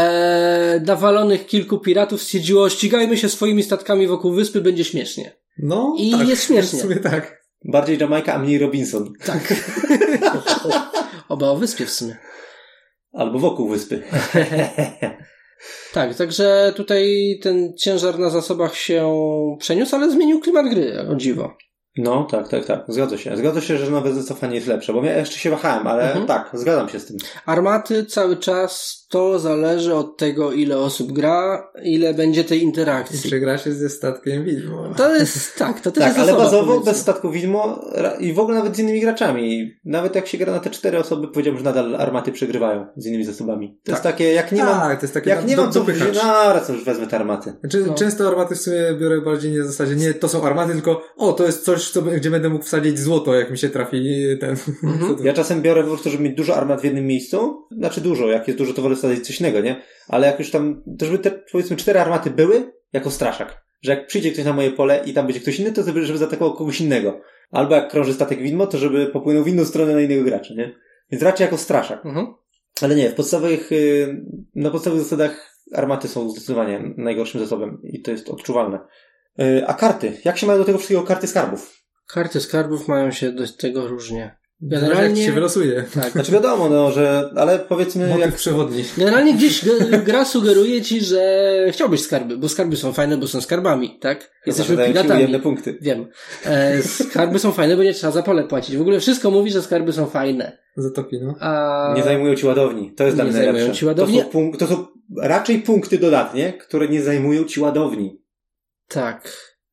A: nawalonych kilku piratów stwierdziło, ścigajmy się swoimi statkami wokół wyspy, będzie śmiesznie.
C: No,
A: i
C: tak,
A: jest śmiesznie.
C: W sumie tak.
D: Bardziej Jamajka, a mniej Robinson.
A: Tak. Oba o wyspie w sumie.
D: Albo wokół wyspy.
A: Tak, także tutaj ten ciężar na zasobach się przeniósł, ale zmienił klimat gry, o dziwo.
D: No, tak. Zgadza się, że nowe zacofanie jest lepsze, bo ja jeszcze się wahałem, ale tak, zgadzam się z tym.
A: Armaty cały czas to zależy od tego, ile osób gra, ile będzie tej interakcji.
C: I czy gra się ze statkiem widmo.
A: To jest, tak, to też
D: tak,
A: jest
D: ale bazowo bez statku widmo i w ogóle nawet z innymi graczami. Nawet jak się gra na te 4 osoby, powiedziałbym, że nadal armaty przegrywają z innymi zasobami. To jest takie, jak nie mam,
C: to jest takie
D: jak nie mam co wziąć, to już wezmę te armaty.
C: Znaczy, często armaty w sumie biorę bardziej nie na zasadzie, nie, to są armaty, tylko to jest coś, gdzie będę mógł wsadzić złoto, jak mi się trafi ten.
D: Ja czasem biorę po prostu, żeby mieć dużo armat w jednym miejscu. Znaczy dużo, jak jest dużo, to wolę wsadzić coś innego, nie? Ale jak już tam, to żeby te, powiedzmy, 4 armaty były, jako straszak. Że jak przyjdzie ktoś na moje pole i tam będzie ktoś inny, to żeby zaatakował kogoś innego. Albo jak krąży statek widmo, to żeby popłynął w inną stronę na innego gracza, nie? Więc raczej jako straszak. Ale nie, na podstawowych zasadach armaty są zdecydowanie najgorszym zasobem i to jest odczuwalne. A karty? Jak się mają do tego wszystkiego karty skarbów?
A: Karty skarbów mają się do tego różnie.
C: Generalnie się wylosuje.
A: Tak.
D: Znaczy wiadomo, że, ale powiedzmy
C: jak przewodni.
A: Generalnie gdzieś gra sugeruje ci, że chciałbyś skarby, bo skarby są fajne, bo są skarbami, tak? Jesteśmy piratami.
D: Ujemne punkty.
A: Wiem. Skarby są fajne, bo nie trzeba za pole płacić. W ogóle wszystko mówi, że skarby są fajne.
C: Zatopi, no.
D: Nie zajmują ci ładowni. To jest dla mnie najlepsze. To są raczej punkty dodatnie, które nie zajmują ci ładowni.
A: Tak.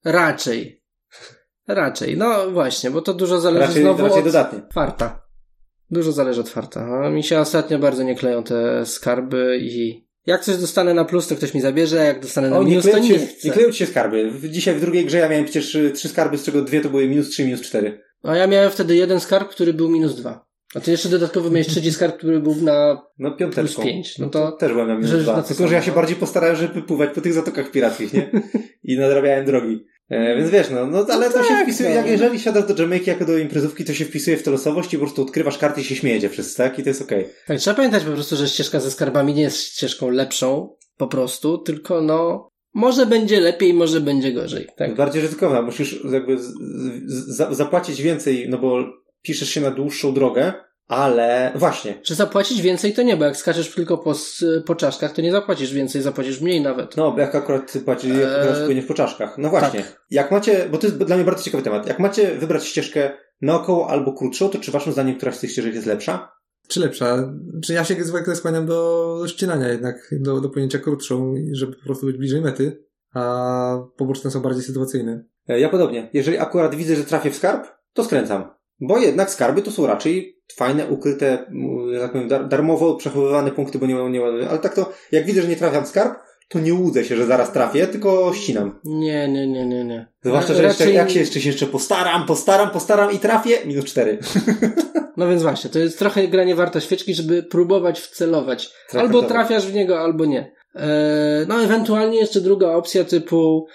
A: Raczej. No właśnie, bo to dużo zależy znowu od
D: dodatnie.
A: farta. Dużo zależy od farta. No, mi się ostatnio bardzo nie kleją te skarby i jak coś dostanę na plus, to ktoś mi zabierze, a jak dostanę na minus, to nie chcę.
D: Nie kleją ci się skarby. Dzisiaj w drugiej grze ja miałem przecież 3 skarby, z czego 2 to były -3, -4.
A: A ja miałem wtedy 1 skarb, który był -2. A ty jeszcze dodatkowo miałeś trzeci skarb, który był na
D: piąteczką.
A: plus 5. No to
D: też byłem na minus 2. Tylko, że ja się bardziej postarałem, żeby pływać po tych zatokach pirackich, nie? I nadrabiałem drogi. Więc wiesz, ale to się wpisuje, jeżeli siadasz do Jamaiky jako do imprezówki, to się wpisuje w to losowość i po prostu odkrywasz karty i się śmiejecie wszyscy, tak? I to jest okej.
A: Tak, trzeba pamiętać po prostu, że ścieżka ze skarbami nie jest ścieżką lepszą, po prostu, tylko może będzie lepiej, może będzie gorzej. Tak?
D: Bardziej ryzykowna, musisz jakby zapłacić więcej, bo piszesz się na dłuższą drogę, ale właśnie.
A: Czy zapłacić więcej to nie, bo jak skaczesz tylko po czaszkach, to nie zapłacisz więcej, zapłacisz mniej nawet.
D: Jak akurat płacisz, płyniesz po czaszkach. No właśnie. Tak. Jak macie, bo to jest dla mnie bardzo ciekawy temat, jak macie wybrać ścieżkę naokoło albo krótszą, to czy waszym zdaniem któraś z tych ścieżek jest lepsza?
C: Czy lepsza? Czy ja się zwykle skłaniam do ścinania jednak, do płynięcia krótszą, żeby po prostu być bliżej mety, a poboczne są bardziej sytuacyjne.
D: Ja podobnie. Jeżeli akurat widzę, że trafię w skarb, to skręcam. Bo jednak skarby to są raczej fajne, ukryte, jak powiem, darmowo przechowywane punkty, bo nie ale tak to, jak widzę, że nie trafiam w skarb, to nie łudzę się, że zaraz trafię, tylko ścinam.
A: Nie.
D: Zwłaszcza, że jak się jeszcze postaram i trafię, minus 4.
A: No więc właśnie, to jest trochę granie warta świeczki, żeby próbować wcelować. Albo trafiasz w niego, albo nie. Ewentualnie jeszcze druga opcja typu,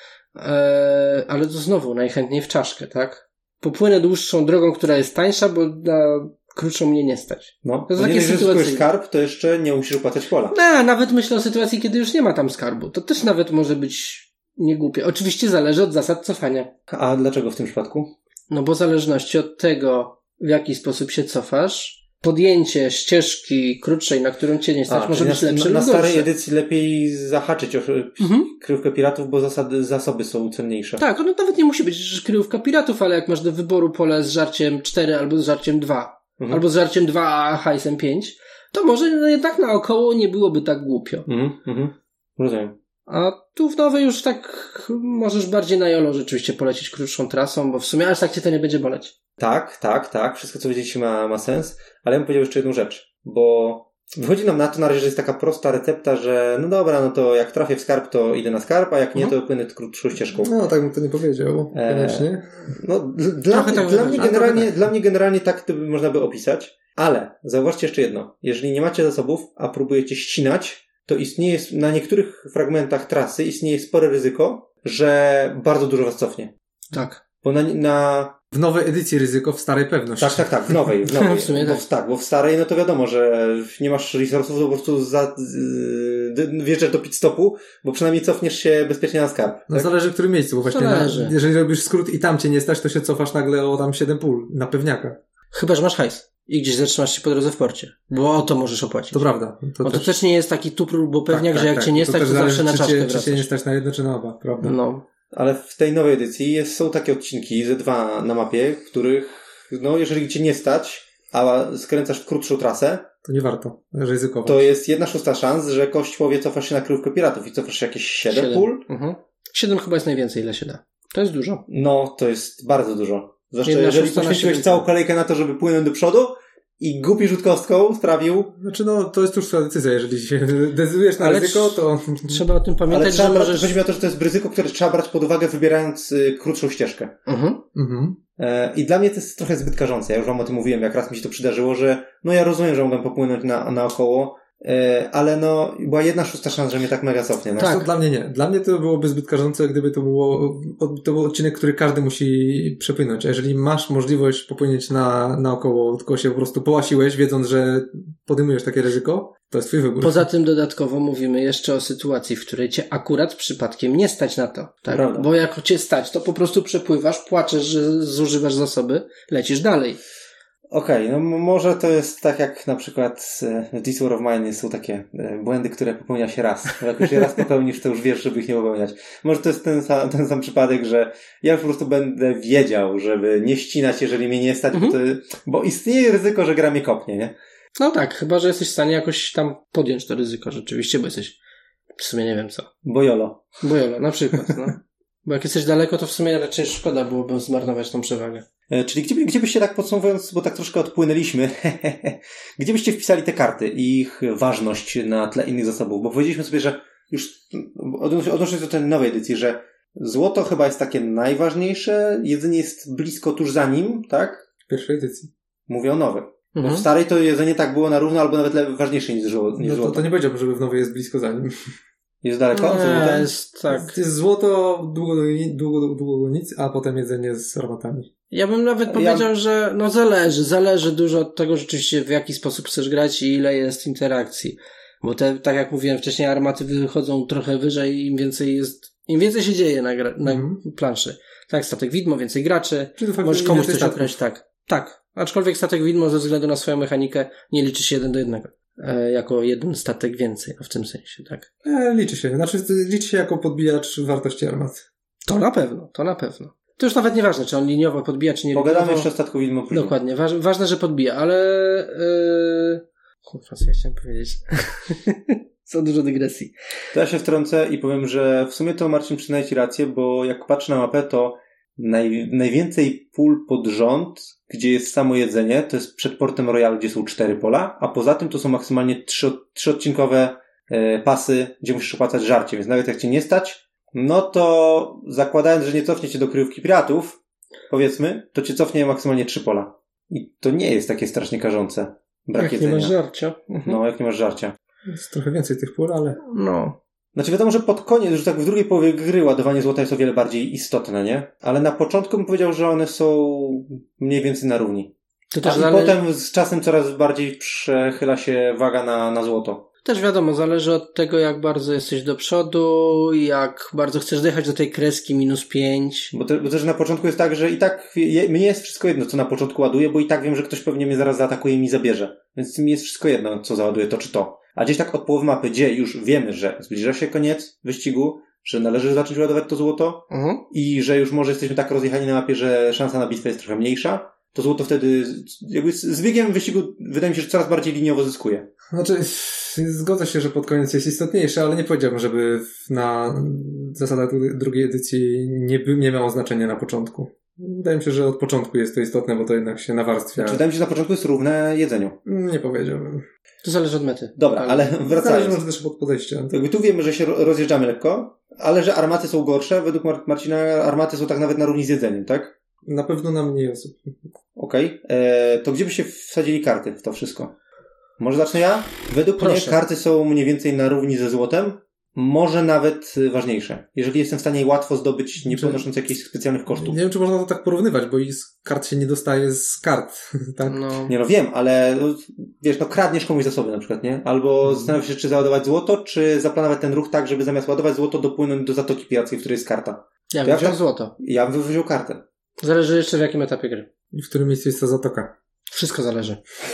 A: ale to znowu najchętniej w czaszkę, tak? Popłynę dłuższą drogą, która jest tańsza, bo na krótszą mnie nie stać.
D: To jest takie sytuacje. Skarb, to jeszcze nie musisz opłacać pola.
A: Nawet myślę o sytuacji, kiedy już nie ma tam skarbu. To też nawet może być niegłupie. Oczywiście zależy od zasad cofania.
D: A dlaczego w tym przypadku?
A: Bo w zależności od tego, w jaki sposób się cofasz, podjęcie ścieżki krótszej, na którą cię nie stać, może być lepsze lub
D: na
A: gorsze.
D: starej edycji lepiej zahaczyć o kryjówkę piratów, bo zasoby są cenniejsze. Tak,
A: nawet nie musi być kryjówka piratów, ale jak masz do wyboru pole z żarciem 4 albo z żarciem 2, albo z żarciem 2 a hajsem 5, to może jednak naokoło nie byłoby tak głupio.
D: Rozumiem.
A: A tu w nowej już tak możesz bardziej na jolo rzeczywiście polecieć krótszą trasą, bo w sumie aż tak cię to nie będzie boleć.
D: Tak. Wszystko, co powiedzieliście, ma sens. Ale ja bym powiedział jeszcze jedną rzecz. Bo wychodzi nam na to na razie, że jest taka prosta recepta, że no dobra, no to jak trafię w skarb, to idę na skarb, a jak nie, to płynę krótszą ścieżką.
C: No, tak bym to nie powiedział. Koniecznie.
D: Dla mnie generalnie tak to można by opisać. Ale zauważcie jeszcze jedno. Jeżeli nie macie zasobów, a próbujecie ścinać, to istnieje na niektórych fragmentach trasy istnieje spore ryzyko, że bardzo dużo was cofnie.
A: Tak.
D: Bo
C: w nowej edycji ryzyko, w starej pewność.
D: Tak, w nowej.
A: W sumie
D: bo w starej, no to wiadomo, że nie masz resursów, to po prostu wjeżdżasz do pit stopu, bo przynajmniej cofniesz się bezpiecznie na skarb.
C: No tak? Zależy w którym miejscu, bo właśnie jeżeli robisz skrót i tam cię nie stać, to się cofasz nagle o tam 7 pól na pewniaka.
A: Chyba, że masz hajs i gdzieś zatrzymasz się po drodze w porcie, bo o to możesz opłacić.
C: To prawda.
A: To też nie jest taki tupr, bo pewniak, że jak cię nie stać, to zawsze na czaszkę wracasz.
C: Czy cię nie stać na jedno, czy na oba, prawda?
A: No.
D: Ale w tej nowej edycji są takie odcinki, ze 2 na mapie, w których, jeżeli cię nie stać, a skręcasz w krótszą trasę,
C: to nie warto ryzykować.
D: To jest 1/6 szans, że kość powie, cofasz się na kryjówkę piratów i cofasz jakieś 7 pól.
A: 7 chyba jest najwięcej, ile się da. To jest dużo.
D: No, to jest bardzo dużo. Zwłaszcza jeżeli poświęciłeś całą kolejkę na to, żeby płynąć do przodu i głupi rzut kostką sprawił...
C: Znaczy to jest już twoja decyzja. Jeżeli się decydujesz na ryzyko, to...
A: Trzeba o tym pamiętać, że możesz...
D: Chodzi mi o to, że to jest ryzyko, które trzeba brać pod uwagę, wybierając krótszą ścieżkę. I dla mnie to jest trochę zbyt karzące. Ja już wam o tym mówiłem, jak raz mi się to przydarzyło, że ja rozumiem, że mogłem popłynąć naokoło, ale była 1/6 szans, że mnie tak mega cofnie. No.
C: Tak, to dla mnie nie. Dla mnie to byłoby zbyt karzące, gdyby to był odcinek, który każdy musi przepłynąć. A jeżeli masz możliwość popłynięć naokoło, tylko się po prostu połasiłeś, wiedząc, że podejmujesz takie ryzyko, to jest twój wybór.
A: Poza tym dodatkowo mówimy jeszcze o sytuacji, w której cię akurat przypadkiem nie stać na to. Tak?
D: Prawda.
A: Bo jak cię stać, to po prostu przepływasz, płaczesz, że zużywasz zasoby, lecisz dalej.
D: Okej, może to jest tak jak na przykład w This War of Mine są takie błędy, które popełnia się raz. Jak już je raz popełnisz, to już wiesz, żeby ich nie popełniać. Może to jest ten sam przypadek, że ja już po prostu będę wiedział, żeby nie ścinać, jeżeli mnie nie stać, bo istnieje ryzyko, że gra mnie kopnie, nie?
A: No tak, chyba że jesteś w stanie jakoś tam podjąć to ryzyko rzeczywiście, bo jesteś w sumie nie wiem co.
D: Bojolo,
A: na przykład, no. Bo jak jesteś daleko, to w sumie raczej szkoda byłoby zmarnować tą przewagę.
D: Czyli gdzie byście tak podsumowując, bo tak troszkę odpłynęliśmy, gdzie byście wpisali te karty i ich ważność na tle innych zasobów? Bo powiedzieliśmy sobie, że już odnosząc się do tej nowej edycji, że złoto chyba jest takie najważniejsze, jedzenie jest blisko tuż za nim, tak?
C: W pierwszej edycji.
D: Mówię o nowej. Bo w starej to jedzenie tak było na równo, albo nawet ważniejsze niż złoto.
C: To nie powiedziałbym, że w nowej jest blisko za nim.
D: Jest daleko?
A: Jest, tak.
C: Jest złoto, długo nic, a potem jedzenie z aromatami.
A: Ja bym nawet powiedział, że zależy dużo od tego rzeczywiście, w jaki sposób chcesz grać i ile jest interakcji. Bo tak jak mówiłem wcześniej, armaty wychodzą trochę wyżej i im więcej się dzieje na planszy. Tak, statek widmo, więcej graczy, możesz komuś coś okraść, tak. Aczkolwiek statek widmo ze względu na swoją mechanikę nie liczy się 1:1. Jako jeden statek więcej, w tym sensie, tak.
C: Liczy się. Liczy się jako podbijacz wartości armat.
A: To na pewno. To już nawet nieważne, czy on liniowo podbija, czy nie liniowo.
D: Pogadamy jeszcze o statku widmo.
A: Dokładnie. Ważne, że podbija, ale... Kurwa, co ja chciałem powiedzieć? Co dużo dygresji.
D: To ja się wtrącę i powiem, że w sumie to Marcin przyznaje ci rację, bo jak patrzę na mapę, to najwięcej pól pod rząd, gdzie jest samo jedzenie, to jest przed Portem Royal, gdzie są 4 pola, a poza tym to są maksymalnie 3-odcinkowe pasy, gdzie musisz opłacać żarcie, więc nawet jak cię nie stać, no to zakładając, że nie cofnie cię do kryjówki piratów, powiedzmy, to cię cofnie maksymalnie 3 pola. I to nie jest takie strasznie karzące. Brak jedzenia.
A: Jak nie masz żarcia.
D: No, jak nie masz żarcia.
C: Jest trochę więcej tych pól, ale...
A: No.
D: Znaczy wiadomo, że pod koniec, już tak w drugiej połowie gry ładowanie złota jest o wiele bardziej istotne, nie? Ale na początku bym powiedział, że one są mniej więcej na równi. I potem z czasem coraz bardziej przechyla się waga na złoto.
A: Też wiadomo, zależy od tego, jak bardzo jesteś do przodu, jak bardzo chcesz dojechać do tej kreski -5.
D: Bo też na początku jest tak, że i tak mnie jest wszystko jedno, co na początku ładuję, bo i tak wiem, że ktoś pewnie mnie zaraz zaatakuje i mi zabierze. Więc mi jest wszystko jedno, co załaduję, to czy to. A gdzieś tak od połowy mapy, gdzie już wiemy, że zbliża się koniec wyścigu, że należy zacząć ładować to złoto i że już może jesteśmy tak rozjechani na mapie, że szansa na bitwę jest trochę mniejsza, to złoto wtedy jakby z biegiem wyścigu wydaje mi się, że coraz bardziej liniowo zyskuje.
C: Znaczy, zgodzę się, że pod koniec jest istotniejsze, ale nie powiedziałbym, żeby na zasadach drugiej edycji nie miało znaczenia na początku. Wydaje mi się, że od początku jest to istotne, bo to jednak się nawarstwia.
D: Znaczy, wydaje mi się, że na początku jest równe jedzeniu.
C: Nie powiedziałbym.
A: To zależy od mety.
D: Dobra, ale wracając.
C: Zależy może też od podejścia.
D: Jakby tu wiemy, że się rozjeżdżamy lekko, ale że armaty są gorsze. Według Marcina armaty są tak nawet na równi z jedzeniem, tak?
C: Na pewno na mniej osób.
D: Okej. To gdzie by się wsadzili karty w to wszystko? Może zacznę ja? Według mnie karty są mniej więcej na równi ze złotem. Może nawet ważniejsze. Jeżeli jestem w stanie łatwo zdobyć, nie ponosząc jakichś specjalnych kosztów.
C: Nie wiem, czy można to tak porównywać, bo i z kart się nie dostaje z kart, tak?
D: Nie wiem, ale wiesz, kradniesz komuś zasoby na przykład, nie? Albo zastanawiasz się, czy załadować złoto, czy zaplanować ten ruch tak, żeby zamiast ładować złoto dopłynąć do Zatoki Pirackiej, w której jest karta.
A: Ja bym wziął złoto.
D: Ja bym wziął kartę.
A: Zależy jeszcze w jakim etapie gry.
C: I w którym miejscu jest ta zatoka.
A: Wszystko zależy.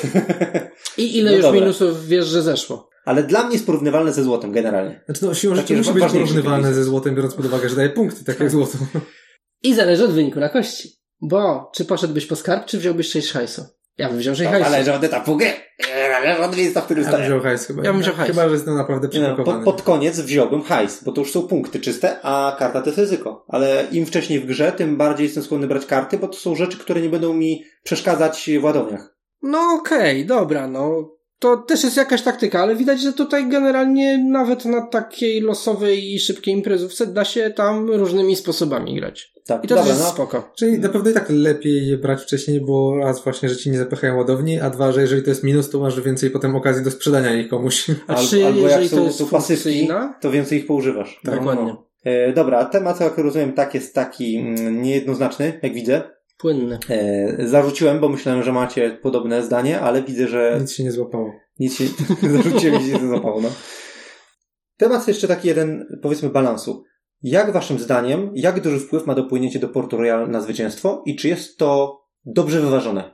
A: I ile już minusów wiesz, że zeszło.
D: Ale dla mnie jest porównywalne ze złotem generalnie.
C: Znaczy siłą rzeczy musi być porównywalne ze złotem, biorąc pod uwagę, że daje punkty, tak jak złoto.
A: I zależy od wyniku na kości. Bo czy poszedłbyś po skarb, czy wziąłbyś 6 hajsu? Ja bym wziął 6 hajsu.
D: Ale że od etapu gry. Ale od miejsca, w którym
C: stoję. Ja bym wziął hajs chyba.
A: Ja bym wziął hajs.
C: Chyba, że jestem naprawdę przypakowany.
D: Pod koniec wziąłbym hajs, bo to już są punkty czyste, a karta to jest ryzyko. Ale im wcześniej w grze, tym bardziej jestem skłonny brać karty, bo to są rzeczy, które nie będą mi przeszkadzać w ładowniach.
A: No okej, dobra, to też jest jakaś taktyka, ale widać, że tutaj generalnie nawet na takiej losowej i szybkiej imprezówce da się tam różnymi sposobami grać.
D: Tak,
A: i to też jest spoko.
C: Czyli na pewno i tak lepiej je brać wcześniej, bo raz właśnie, że ci nie zapychają ładowni, a dwa, że jeżeli to jest minus, to masz więcej potem okazji do sprzedania ich komuś.
A: Albo jeżeli to jest
D: pasywki, to więcej ich poużywasz.
A: Tak, dokładnie.
D: Dobra, temat, jak rozumiem, jest taki niejednoznaczny, jak widzę.
A: Płynny.
D: Zarzuciłem, bo myślałem, że macie podobne zdanie, ale widzę, że...
C: Nic się nie złapało.
D: Zarzuciłem, nic się nie złapało, Temat jeszcze taki jeden, powiedzmy, balansu. Jak waszym zdaniem, jak duży wpływ ma dopłynięcie do Portu Royal na zwycięstwo i czy jest to dobrze wyważone?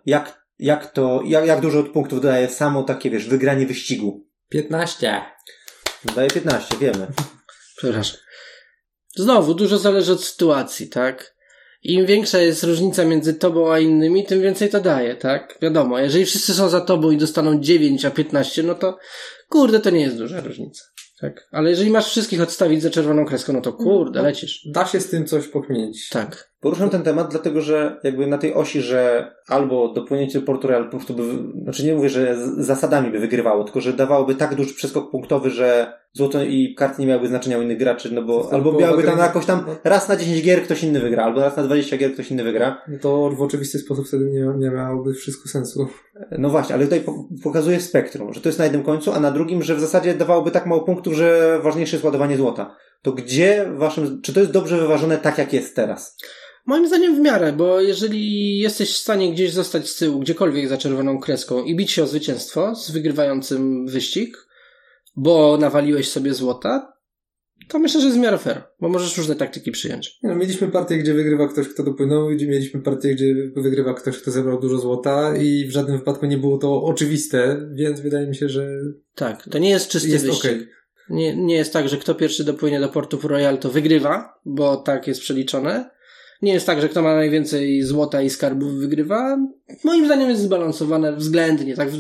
D: Jak dużo punktów daje samo takie, wygranie wyścigu?
C: 15.
D: Daje 15, wiemy.
A: Przepraszam. Znowu, dużo zależy od sytuacji, tak? Im większa jest różnica między tobą a innymi, tym więcej to daje, tak? Wiadomo, jeżeli wszyscy są za tobą i dostaną 9, a 15, no to kurde, to nie jest duża różnica. Tak? Ale jeżeli masz wszystkich odstawić za czerwoną kreską, no to kurde, lecisz.
C: Da się z tym coś pokminić.
A: Tak.
D: Poruszam ten temat, dlatego że jakby na tej osi, że albo dopłynięcie do Portu Royal po prostu znaczy nie mówię, że zasadami by wygrywało, tylko że dawałoby tak duży przeskok punktowy, że złoto i karty nie miałyby znaczenia u innych graczy, no bo albo miałyby tam jakoś tam raz na 10 gier ktoś inny wygra, albo raz na 20 gier ktoś inny wygra.
C: No to w oczywisty sposób wtedy nie miałoby wszystko sensu.
D: No właśnie, ale tutaj pokazuje spektrum, że to jest na jednym końcu, a na drugim, że w zasadzie dawałoby tak mało punktów, że ważniejsze jest ładowanie złota. To gdzie czy to jest dobrze wyważone tak, jak jest teraz?
A: Moim zdaniem w miarę, bo jeżeli jesteś w stanie gdzieś zostać z tyłu, gdziekolwiek za czerwoną kreską i bić się o zwycięstwo z wygrywającym wyścig, bo nawaliłeś sobie złota, to myślę, że jest w miarę fair, bo możesz różne taktyki przyjąć.
C: No, mieliśmy partię, gdzie wygrywa ktoś, kto dopłynął, i mieliśmy partię, gdzie wygrywa ktoś, kto zebrał dużo złota i w żadnym wypadku nie było to oczywiste, więc wydaje mi się, że
A: tak, to nie jest czysty wyścig. Okay. Nie jest tak, że kto pierwszy dopłynie do Portu Royal, to wygrywa, bo tak jest przeliczone. Nie jest tak, że kto ma najwięcej złota i skarbów wygrywa. Moim zdaniem jest zbalansowane względnie, tak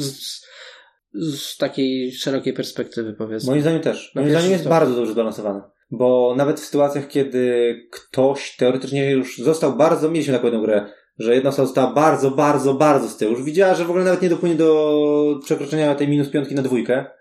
A: z takiej szerokiej perspektywy, powiedzmy.
D: Moim zdaniem też. Moim zdaniem jest bardzo dobrze zbalansowane. Bo nawet w sytuacjach, kiedy ktoś teoretycznie już został mieliśmy taką jedną grę, że jedna osoba została bardzo z tyłu, już widziała, że w ogóle nawet nie dopłynie do przekroczenia tej -5 na 2,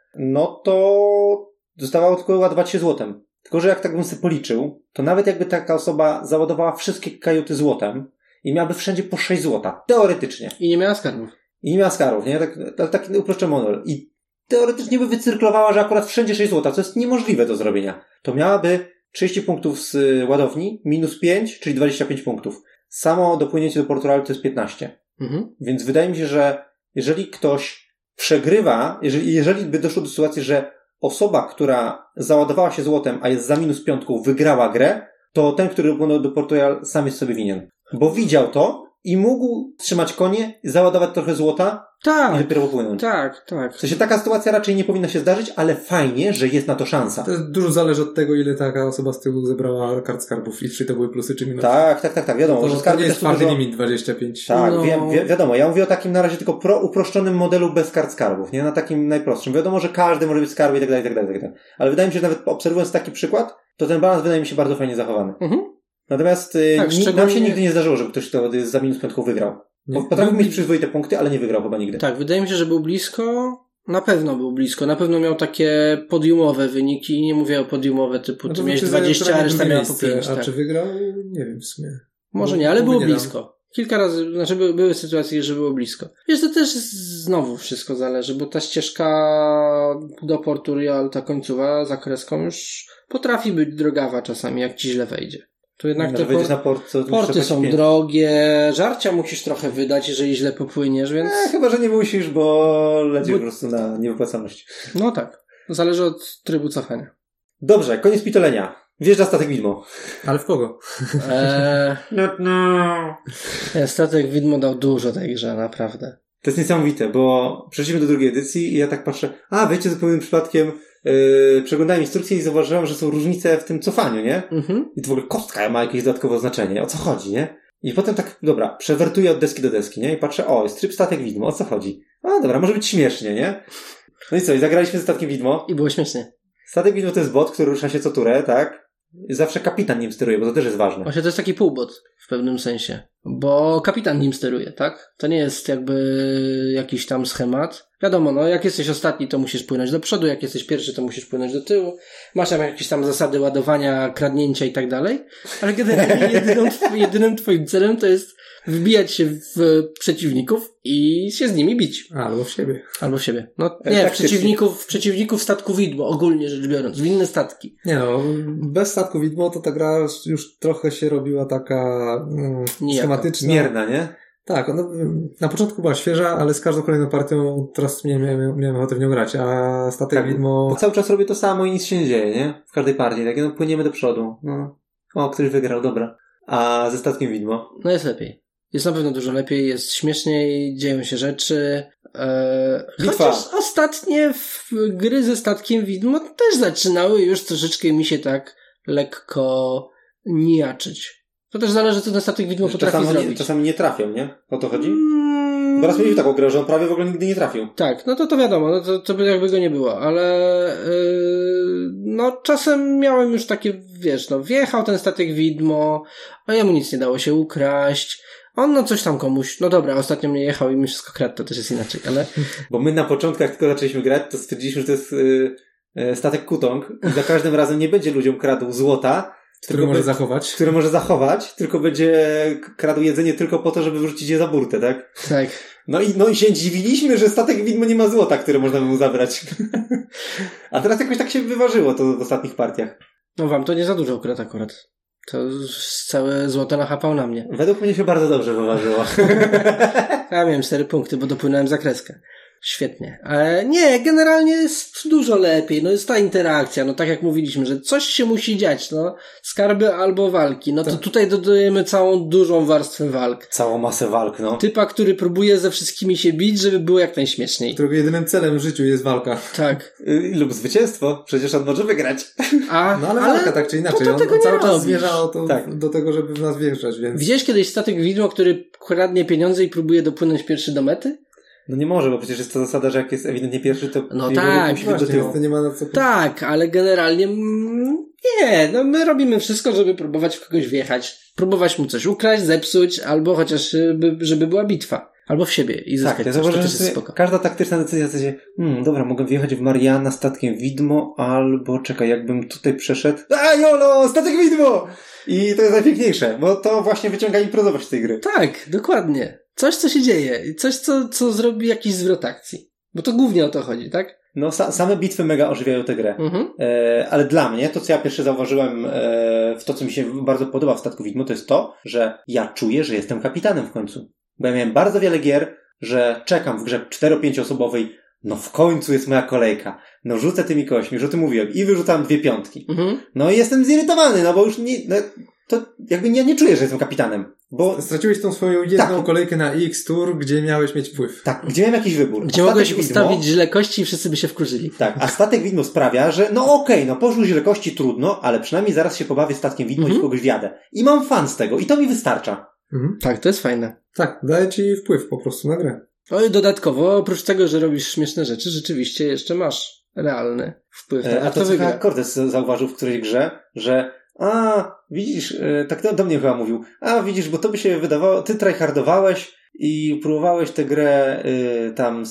D: no to zostawało tylko ładować się złotem. Tylko, że jak tak bym sobie policzył, to nawet jakby taka osoba załadowała wszystkie kajuty złotem i miałaby wszędzie po 6 złota. Teoretycznie.
A: I nie miała skarbów.
D: Nie? Tak uproszczę model. I teoretycznie by wycyrklowała, że akurat wszędzie 6 złota, co jest niemożliwe do zrobienia. To miałaby 30 punktów z ładowni, -5, czyli 25 punktów. Samo dopłynięcie do Portu Royal to jest 15. Mhm. Więc wydaje mi się, że jeżeli ktoś przegrywa, jeżeli by doszło do sytuacji, że osoba, która załadowała się złotem, a jest za -5, wygrała grę, to ten, który dopłynął do Portu Royal, sam jest sobie winien. Bo widział to i mógł trzymać konie, załadować trochę złota i dopiero popłynąć.
A: Tak.
D: W sensie taka sytuacja raczej nie powinna się zdarzyć, ale fajnie, że jest na to szansa.
C: To dużo zależy od tego, ile taka osoba z tyłu zebrała kart skarbów i czy to były plusy, czy minusy.
D: Tak. Wiadomo, że skarby
C: to nie jest twardy limit 25.
D: Tak, wiadomo. Ja mówię o takim na razie tylko uproszczonym modelu bez kart skarbów, nie? Na takim najprostszym. Wiadomo, że każdy może być skarby i tak dalej. Ale wydaje mi się, że nawet obserwując taki przykład, to ten balans wydaje mi się bardzo fajnie zachowany. Natomiast nam się nigdy nie zdarzyło, żeby ktoś, kto za -5 wygrał. Potrafił mieć przyzwoite punkty, ale nie wygrał chyba nigdy.
A: Tak, wydaje mi się, że był blisko. Na pewno był blisko. Na pewno miał takie podiumowe wyniki. Nie mówię o podiumowe typu, ty miałeś 20, a reszta miała po 5.
C: A czy wygrał? Nie wiem w sumie.
A: Może nie, ale było blisko. Kilka razy, były sytuacje, że było blisko. Wiesz, to też znowu wszystko zależy, bo ta ścieżka do Portu Royal, ta końcowa za kreską już potrafi być drogawa czasami, jak ci źle wejdzie. Tu jednak te porty są drogie, żarcia musisz trochę wydać, jeżeli źle popłyniesz, więc...
D: Chyba, że nie musisz, bo leci po prostu na niewypłacalność.
A: No tak, zależy od trybu cofania.
D: Dobrze, koniec pitolenia. Wjeżdża statek widmo.
C: Ale w kogo?
A: Statek widmo dał dużo tej grze, naprawdę.
D: To jest niesamowite, bo przeszliśmy do drugiej edycji i ja tak patrzę, wiecie, zupełnym przypadkiem przeglądałem instrukcję i zauważyłem, że są różnice w tym cofaniu, nie? I to w ogóle kostka ma jakieś dodatkowe znaczenie. O co chodzi, nie? I potem tak, dobra, przewertuję od deski do deski, nie? I patrzę, jest tryb statek widmo, o co chodzi? Dobra, może być śmiesznie, nie? No i co, i zagraliśmy ze statkiem widmo.
A: I było śmiesznie.
D: Statek widmo to jest bot, który rusza się co turę, tak? Zawsze kapitan nim steruje, bo to też jest ważne.
A: Właśnie to jest taki półbot w pewnym sensie, bo kapitan nim steruje, tak? To nie jest jakby jakiś tam schemat. Wiadomo, jak jesteś ostatni, to musisz płynąć do przodu, jak jesteś pierwszy, to musisz płynąć do tyłu. Masz tam jakieś tam zasady ładowania, kradnięcia i tak dalej, ale generalnie jedynym twoim celem to jest wbijać się w przeciwników i się z nimi bić.
C: Albo w siebie.
A: No nie, w przeciwników statku widmo, ogólnie rzecz biorąc, w inne statki.
C: Nie bez statku widmo to ta gra już trochę się robiła taka schematyczna.
D: Mierna, nie?
C: Tak, na początku była świeża, ale z każdą kolejną partią teraz miałem ochotę w nią grać, a statek widmo...
D: Cały czas robię to samo i nic się nie dzieje, nie? W każdej partii, tak? Płyniemy do przodu. Ktoś wygrał, dobra. A ze statkiem widmo?
A: Jest lepiej. Jest na pewno dużo lepiej, jest śmieszniej, dzieją się rzeczy. Chociaż ostatnie gry ze statkiem widmo też zaczynały już troszeczkę mi się tak lekko nijaczyć. To też zależy, co ten statek widmo potrafi zrobić.
D: Czasami nie trafią, nie? O to chodzi? Bo raz mieliśmy taką grę, że on prawie w ogóle nigdy nie trafił.
A: Tak, no to wiadomo, no to by jakby go nie było, ale no czasem miałem już takie, wiesz, no wjechał ten statek widmo, a jemu nic nie dało się ukraść, on no coś tam komuś, no dobra, ostatnio mnie jechał i mi wszystko kradł, to też jest inaczej, ale...
D: Bo my na początku, jak tylko zaczęliśmy grać, to stwierdziliśmy, że to jest statek Kutong i za każdym razem nie będzie ludziom kradł złota,
C: które może zachować,
D: tylko będzie kradł jedzenie tylko po to, żeby wrzucić je za burtę, tak?
A: Tak.
D: No i się dziwiliśmy, że statek widmo nie ma złota, które można by mu zabrać. A teraz jakoś tak się wyważyło to w ostatnich partiach.
A: No wam to nie za dużo akurat. To całe złoto nachapał na mnie.
D: Według mnie się bardzo dobrze wyważyło.
A: Ja miałem 4 punkty, bo dopłynąłem za kreskę. Świetnie. Ale nie, generalnie jest dużo lepiej. No jest ta interakcja. No tak jak mówiliśmy, że coś się musi dziać. No skarby albo walki. No to tutaj dodajemy całą dużą warstwę walk.
D: Całą masę walk, no.
A: Typa, który próbuje ze wszystkimi się bić, żeby było jak najśmieszniej.
C: Którego jedynym celem w życiu jest walka.
A: Tak.
D: Lub zwycięstwo. Przecież on może wygrać.
C: No ale walka tak czy inaczej. On cały czas zmierza do tego, żeby w nas wjeżdżać, więc...
A: Widziałeś kiedyś statek widmo, który kradnie pieniądze i próbuje dopłynąć pierwszy do mety?
D: No nie może, bo przecież jest to zasada, że jak jest ewidentnie pierwszy, to
A: no tak,
D: musi być do tyłu.
C: To nie ma na co...
A: Tak, ale generalnie nie, no my robimy wszystko, żeby próbować w kogoś wjechać, próbować mu coś ukraść, zepsuć, albo chociaż żeby była bitwa. Albo w siebie i zyskać
D: tak,
A: coś, to
D: też
A: jest spoko.
D: Każda taktyczna decyzja to się, dobra, mogę wjechać w Mariana statkiem widmo, albo czekaj, jakbym tutaj przeszedł, jolo, statek widmo! I to jest najpiękniejsze, bo to właśnie wyciąga imprezowość z tej gry.
A: Tak, dokładnie. Coś, co się dzieje. Coś, co zrobi jakiś zwrot akcji. Bo to głównie o to chodzi, tak?
D: No, same bitwy mega ożywiają tę grę. Ale dla mnie, to co ja pierwsze zauważyłem, w to co mi się bardzo podoba w Statku Widmo, to jest to, że ja czuję, że jestem kapitanem w końcu. Bo ja miałem bardzo wiele gier, że czekam w grze 4-5 osobowej, no w końcu jest moja kolejka. No rzucę tymi kośćmi, że o tym mówiłem. I wyrzucam 2 piątki. No i jestem zirytowany, no bo już nie... No, to jakby ja nie czuję, że jestem kapitanem. Bo
C: straciłeś tą swoją jedną kolejkę na X Tour, gdzie miałeś mieć wpływ.
D: Tak, gdzie miałem jakiś wybór.
A: Gdzie mogłeś ustawić źle kości i wszyscy by się wkurzyli.
D: Tak, a statek widmo sprawia, że no okej, no poszły źle kości, trudno, ale przynajmniej zaraz się pobawię statkiem widmo i w kogoś wjadę. I mam fan z tego i to mi wystarcza.
A: Tak, to jest fajne.
C: Tak, daje ci wpływ po prostu na grę.
A: No i dodatkowo, oprócz tego, że robisz śmieszne rzeczy, rzeczywiście jeszcze masz realny wpływ na
D: a to co chyba Cortez zauważył w którejś grze, że widzisz, tak do mnie chyba mówił, widzisz, bo to by się wydawało, ty tryhardowałeś i próbowałeś tę grę tam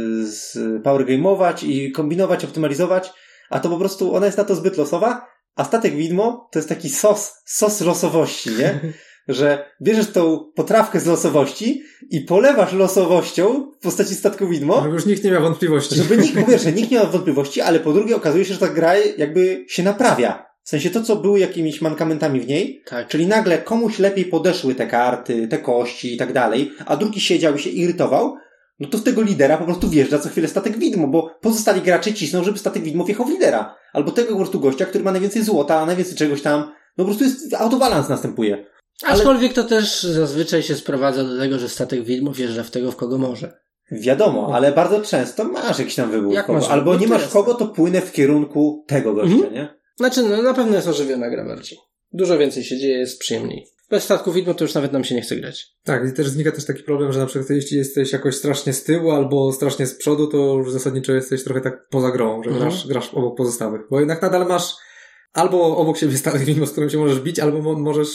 D: z powergame'ować i kombinować, optymalizować, a to po prostu ona jest na to zbyt losowa, a statek widmo to jest taki sos losowości, nie? Że bierzesz tą potrawkę z losowości i polewasz losowością w postaci statku widmo.
C: Żeby już nikt nie miał wątpliwości.
D: Żeby nikt nie miał wątpliwości, ale po drugie okazuje się, że ta gra jakby się naprawia. W sensie to, co były jakimiś mankamentami w niej,
A: tak.
D: Czyli nagle komuś lepiej podeszły te karty, te kości i tak dalej, a drugi siedział i się irytował, no to w tego lidera po prostu wjeżdża co chwilę statek widmo, bo pozostali gracze cisną, żeby statek widmo wjechał w lidera. Albo tego po prostu gościa, który ma najwięcej złota, a najwięcej czegoś tam, no po prostu jest autobalans następuje.
A: Aczkolwiek to też zazwyczaj się sprowadza do tego, że statek widmo wjeżdża w tego, w kogo może.
D: Wiadomo, ale bardzo często masz jakiś tam wybór. Albo nie masz kogo, to płynę w kierunku tego gościa, nie?
A: Znaczy, no na pewno jest ożywiona gra bardziej. Dużo więcej się dzieje, jest przyjemniej. Bez statków widmo to już nawet nam się nie chce grać.
C: Tak, i też znika też taki problem, że na przykład jeśli jesteś jakoś strasznie z tyłu albo strasznie z przodu, to już zasadniczo jesteś trochę tak poza grą, że grasz obok pozostałych. Bo jednak nadal masz albo obok siebie statek widmo, z którym się możesz bić, albo możesz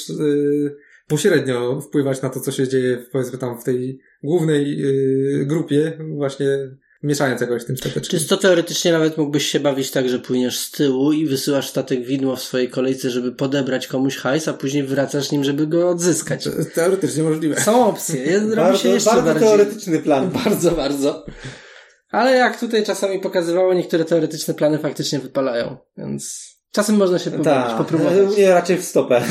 C: pośrednio wpływać na to, co się dzieje, powiedzmy tam w tej głównej grupie, właśnie mieszając jakoś tym stateczkiem.
A: Czysto teoretycznie nawet mógłbyś się bawić tak, że płyniesz z tyłu i wysyłasz statek widmo w swojej kolejce, żeby podebrać komuś hajs, a później wracasz nim, żeby go odzyskać.
C: Teoretycznie możliwe.
A: Są opcje. Robi się jeszcze
D: bardzo
A: bardziej
D: teoretyczny plan.
A: Bardzo, bardzo. Ale jak tutaj czasami pokazywało, niektóre teoretyczne plany faktycznie wypalają, więc czasem można się popróbować.
D: Nie, raczej w stopę.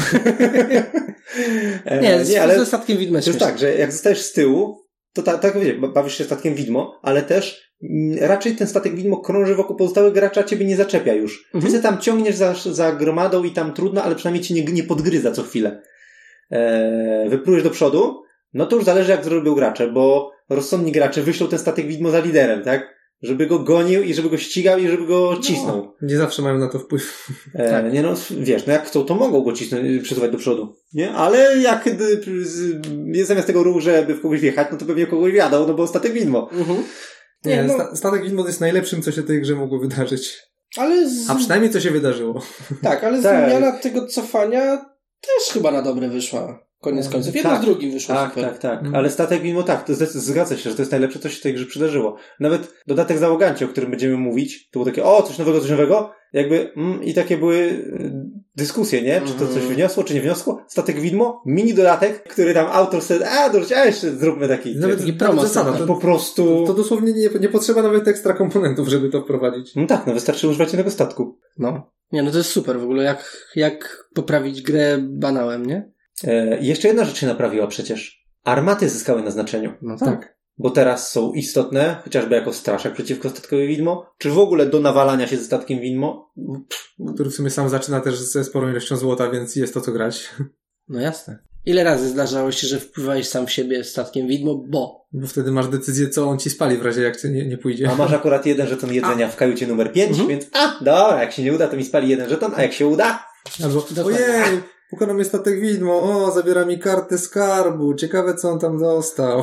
A: Ale ze statkiem widmo
D: jest tak, że jak zostajesz z tyłu, to tak bawisz się statkiem widmo, ale też raczej ten statek widmo krąży wokół pozostałych graczy, a ciebie nie zaczepia już. Ty się tam ciągniesz za gromadą i tam trudno, ale przynajmniej cię nie podgryza co chwilę. Wyprujesz do przodu, no to już zależy jak zrobią gracze, bo rozsądni gracze wyślą ten statek widmo za liderem, tak? żeby go gonił i żeby go ścigał i żeby go cisnął.
C: No, nie zawsze mają na to wpływ.
D: Tak. Nie no, wiesz, no jak chcą, to mogą go cisnąć, przesuwać do przodu. Nie? Ale jak jest zamiast tego ruchu, żeby w kogoś wjechać, no to pewnie kogoś wjadą, no bo statek widmo.
C: Nie, statek widmo jest najlepszym, co się tej grze mogło wydarzyć. A przynajmniej co się wydarzyło.
A: Tak, ale zmiana tego cofania też chyba na dobre wyszła. Koniec końców. Jedno z drugim wyszło super.
D: Tak. Ale statek widmo to zgadza się, że to jest najlepsze, co się w tej grze przydarzyło. Nawet dodatek Załogancie, o którym będziemy mówić, to było takie, coś nowego. Jakby, i takie były dyskusje, nie? Czy to coś wniosło, czy nie wniosło? Statek widmo, mini dodatek, który tam autor sobie, jeszcze zróbmy taki.
C: Nawet zasada,
D: po prostu...
C: To dosłownie nie potrzeba nawet ekstra komponentów, żeby to wprowadzić.
D: No tak, wystarczy używać jednego statku.
A: No. Nie, no to jest super w ogóle, jak poprawić grę banałem, nie?
D: Jeszcze jedna rzecz się naprawiła przecież. Armaty zyskały na znaczeniu.
A: No tak.
D: Bo teraz są istotne, chociażby jako straszak przeciwko statkowi widmo, czy w ogóle do nawalania się ze statkiem widmo.
C: Który w sumie sam zaczyna też ze sporą ilością złota, więc jest to co grać.
A: No jasne. Ile razy zdarzało się, że wpływałeś sam w siebie statkiem widmo, bo
C: wtedy masz decyzję, co on ci spali w razie jak nie pójdzie.
D: A masz akurat jeden żeton jedzenia w kajucie numer 5, więc dobra, jak się nie uda, to mi spali jeden żeton, a jak się uda...
C: Albo, ojej, pokonał mnie statek widmo, zabiera mi kartę skarbu, ciekawe co on tam dostał.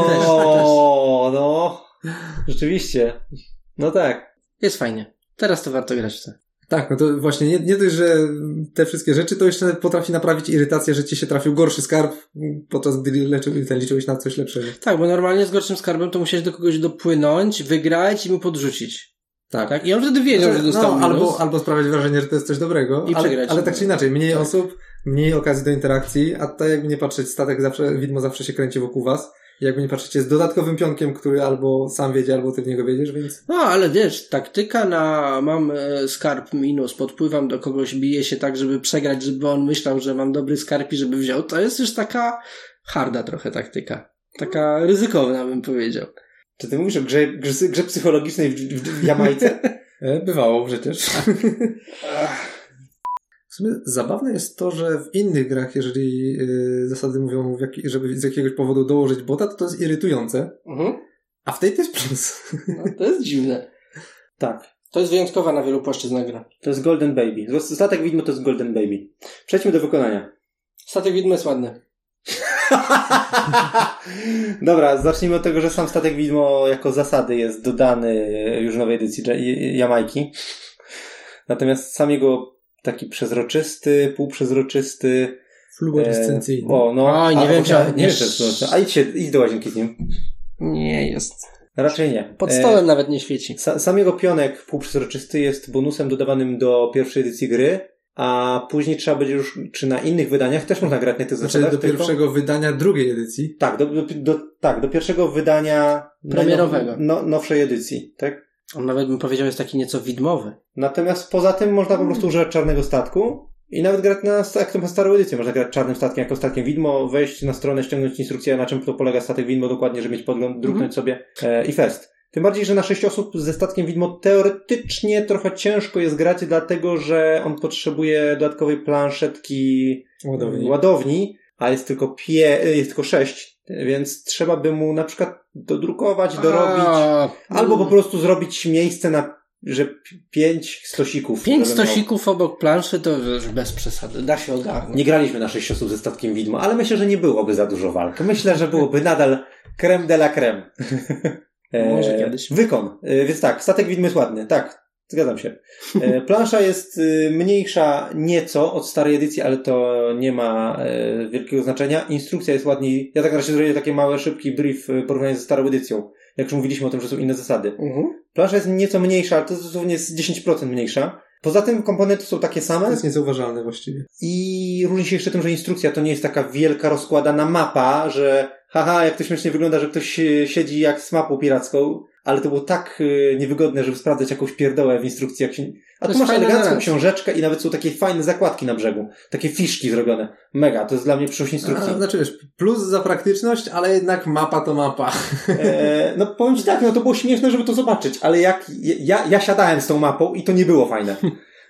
D: No, rzeczywiście. No tak.
A: Jest fajnie. Teraz to warto grać w to.
C: Tak, no to właśnie nie dość, że te wszystkie rzeczy, to jeszcze potrafi naprawić irytację, że ci się trafił gorszy skarb, podczas gdy liczyłeś na coś lepszego.
A: Tak, bo normalnie z gorszym skarbem to musiałeś do kogoś dopłynąć, wygrać i mu podrzucić. Tak? I on wtedy wiedział, że dostał minus.
C: Albo sprawiać wrażenie, że to jest coś dobrego.
A: I przegrać.
C: Ale tak czy inaczej, mniej osób, mniej okazji do interakcji, a tak jakby nie patrzeć, widmo zawsze się kręci wokół was. Jakby nie patrzeć, jest dodatkowym pionkiem, który albo sam wiedzie, albo ty w niego wiedziesz, więc...
A: No, ale wiesz, taktyka mam skarb minus, podpływam do kogoś, biję się tak, żeby przegrać, żeby on myślał, że mam dobry skarb i żeby wziął, to jest już taka harda trochę taktyka. Taka ryzykowna, bym powiedział.
D: Czy ty mówisz o grze psychologicznej w Jamajce?
C: Bywało przecież. W sumie zabawne jest to, że w innych grach, jeżeli zasady mówią, żeby z jakiegoś powodu dołożyć bota, to jest irytujące. A w tej to jest plus.
A: No, to jest dziwne.
D: Tak.
A: To jest wyjątkowa na wielu płaszczyznach gra.
D: To jest Golden Baby. Statek widmo to jest Golden Baby. Przejdźmy do wykonania.
A: Statek widmo jest ładny.
D: Dobra, zacznijmy od tego, że sam statek widmo jako zasady jest dodany już w nowej edycji Jamajki. Natomiast sam jego taki przezroczysty, półprzezroczysty,
C: fluorescencyjny.
A: Nie wiem,
D: A idź do łazienki z nim.
A: Nie jest.
D: Raczej nie.
A: Pod stołem nawet nie świeci.
D: Sam jego pionek półprzezroczysty jest bonusem dodawanym do pierwszej edycji gry, a później trzeba będzie już, czy na innych wydaniach też można grać na tych zasadach.
C: Do pierwszego wydania drugiej edycji?
D: Tak, do pierwszego wydania
A: premierowego.
D: Nowszej edycji, tak?
A: On nawet bym powiedział jest taki nieco widmowy.
D: Natomiast poza tym można po prostu używać czarnego statku i nawet grać jak to ma starą edycję. Można grać czarnym statkiem jako statkiem widmo, wejść na stronę, ściągnąć instrukcję, na czym to polega statek widmo dokładnie, żeby mieć podgląd, druknąć sobie i fest. Tym bardziej, że na 6 osób ze statkiem widmo teoretycznie trochę ciężko jest grać, dlatego że on potrzebuje dodatkowej planszetki ładowni, a jest tylko 6, więc trzeba by mu na przykład dodrukować, dorobić, albo po prostu zrobić miejsce na 5 stosików.
A: 5 stosików obok planszy to już bez przesady, da się ogarnąć.
D: Nie graliśmy na 6 osób ze statkiem widmo, ale myślę, że nie byłoby za dużo walk. Myślę, że byłoby nadal crème de la crème.
A: Może kiedyś.
D: Wykon. Więc tak, statek widmo jest ładny. Tak, zgadzam się. Plansza jest mniejsza nieco od starej edycji, ale to nie ma wielkiego znaczenia. Instrukcja jest ładniej. Ja tak na razie zrobię taki mały, szybki brief w porównaniu ze starą edycją. Jak już mówiliśmy o tym, że są inne zasady. Plansza jest nieco mniejsza, ale to dosłownie jest 10% mniejsza. Poza tym komponenty są takie same.
C: To jest niezauważalne właściwie.
D: I różni się jeszcze tym, że instrukcja to nie jest taka wielka, rozkładana mapa, że jak to śmiesznie wygląda, że ktoś siedzi jak z mapą piracką, ale to było tak niewygodne, żeby sprawdzać jakąś pierdołę w instrukcji. A tu masz elegancką książeczkę i nawet są takie fajne zakładki na brzegu. Takie fiszki zrobione. Mega, to jest dla mnie przyszłość instrukcji.
C: Znaczy wiesz, plus za praktyczność, ale jednak mapa to mapa.
D: No powiem ci tak, to było śmieszne, żeby to zobaczyć, ale jak ja siadałem z tą mapą i to nie było fajne.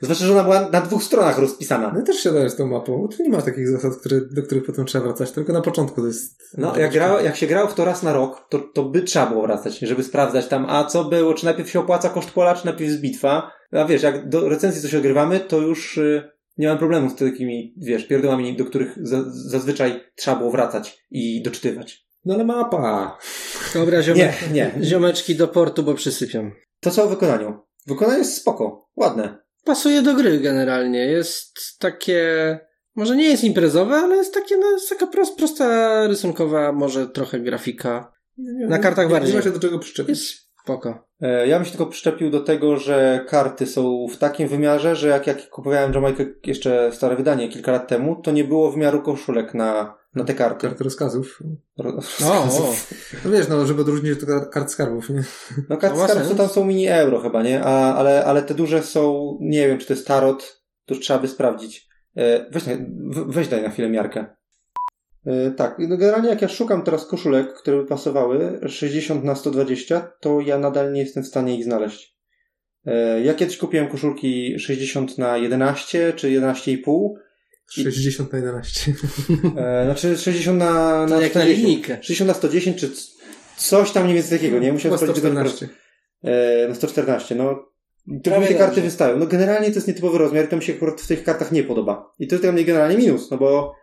D: Zwłaszcza, że ona była na 2 stronach rozpisana.
C: No też się dajesz z tą mapą, bo tu nie ma takich zasad, do których potem trzeba wracać, tylko na początku to jest...
D: No, jak się grało w to raz na rok, to by trzeba było wracać, żeby sprawdzać tam, a co było, czy najpierw się opłaca koszt pola, czy najpierw jest bitwa. A wiesz, jak do recenzji coś odgrywamy, to już nie mam problemu z takimi, wiesz, pierdołami, do których zazwyczaj trzeba było wracać i doczytywać.
C: No ale mapa.
A: Dobra,
D: Nie.
A: Ziomeczki do portu, bo przysypią.
D: To co o wykonaniu? Wykonanie jest spoko, ładne.
A: Pasuje do gry generalnie. Jest takie... Może nie jest imprezowe, ale jest takie, no, jest taka prosta rysunkowa, może trochę grafika. Na kartach bardziej.
C: Nie ma się do czego przyczepić.
A: Jest spoko.
D: Ja bym się tylko przyczepił do tego, że karty są w takim wymiarze, że jak kupowałem Jamaikę jeszcze stare wydanie kilka lat temu, to nie było wymiaru koszulek na te karty.
C: Karty rozkazów.
A: O.
C: No wiesz, no, żeby odróżnić to kart skarbów, nie?
D: No karty skarbów to tam są mini euro chyba, nie? Ale te duże są, nie wiem, czy to jest tarot, to już trzeba by sprawdzić. Weź daj na chwilę miarkę. Tak, no generalnie jak ja szukam teraz koszulek, które by pasowały 60 na 120, to ja nadal nie jestem w stanie ich znaleźć. Ja kiedyś kupiłem koszulki 60 na 11 czy 11,5.
C: 60 na 11.
D: Znaczy 60 na
A: to jak
D: 110.
A: na linijkę.
D: 60 na 110 czy coś tam mniej więcej takiego, nie? Musiałem
C: 114.
D: Na 114, no. Te karty wystają. No generalnie to jest nietypowy rozmiar i to mi się akurat w tych kartach nie podoba. I to jest dla mnie generalnie minus, no bo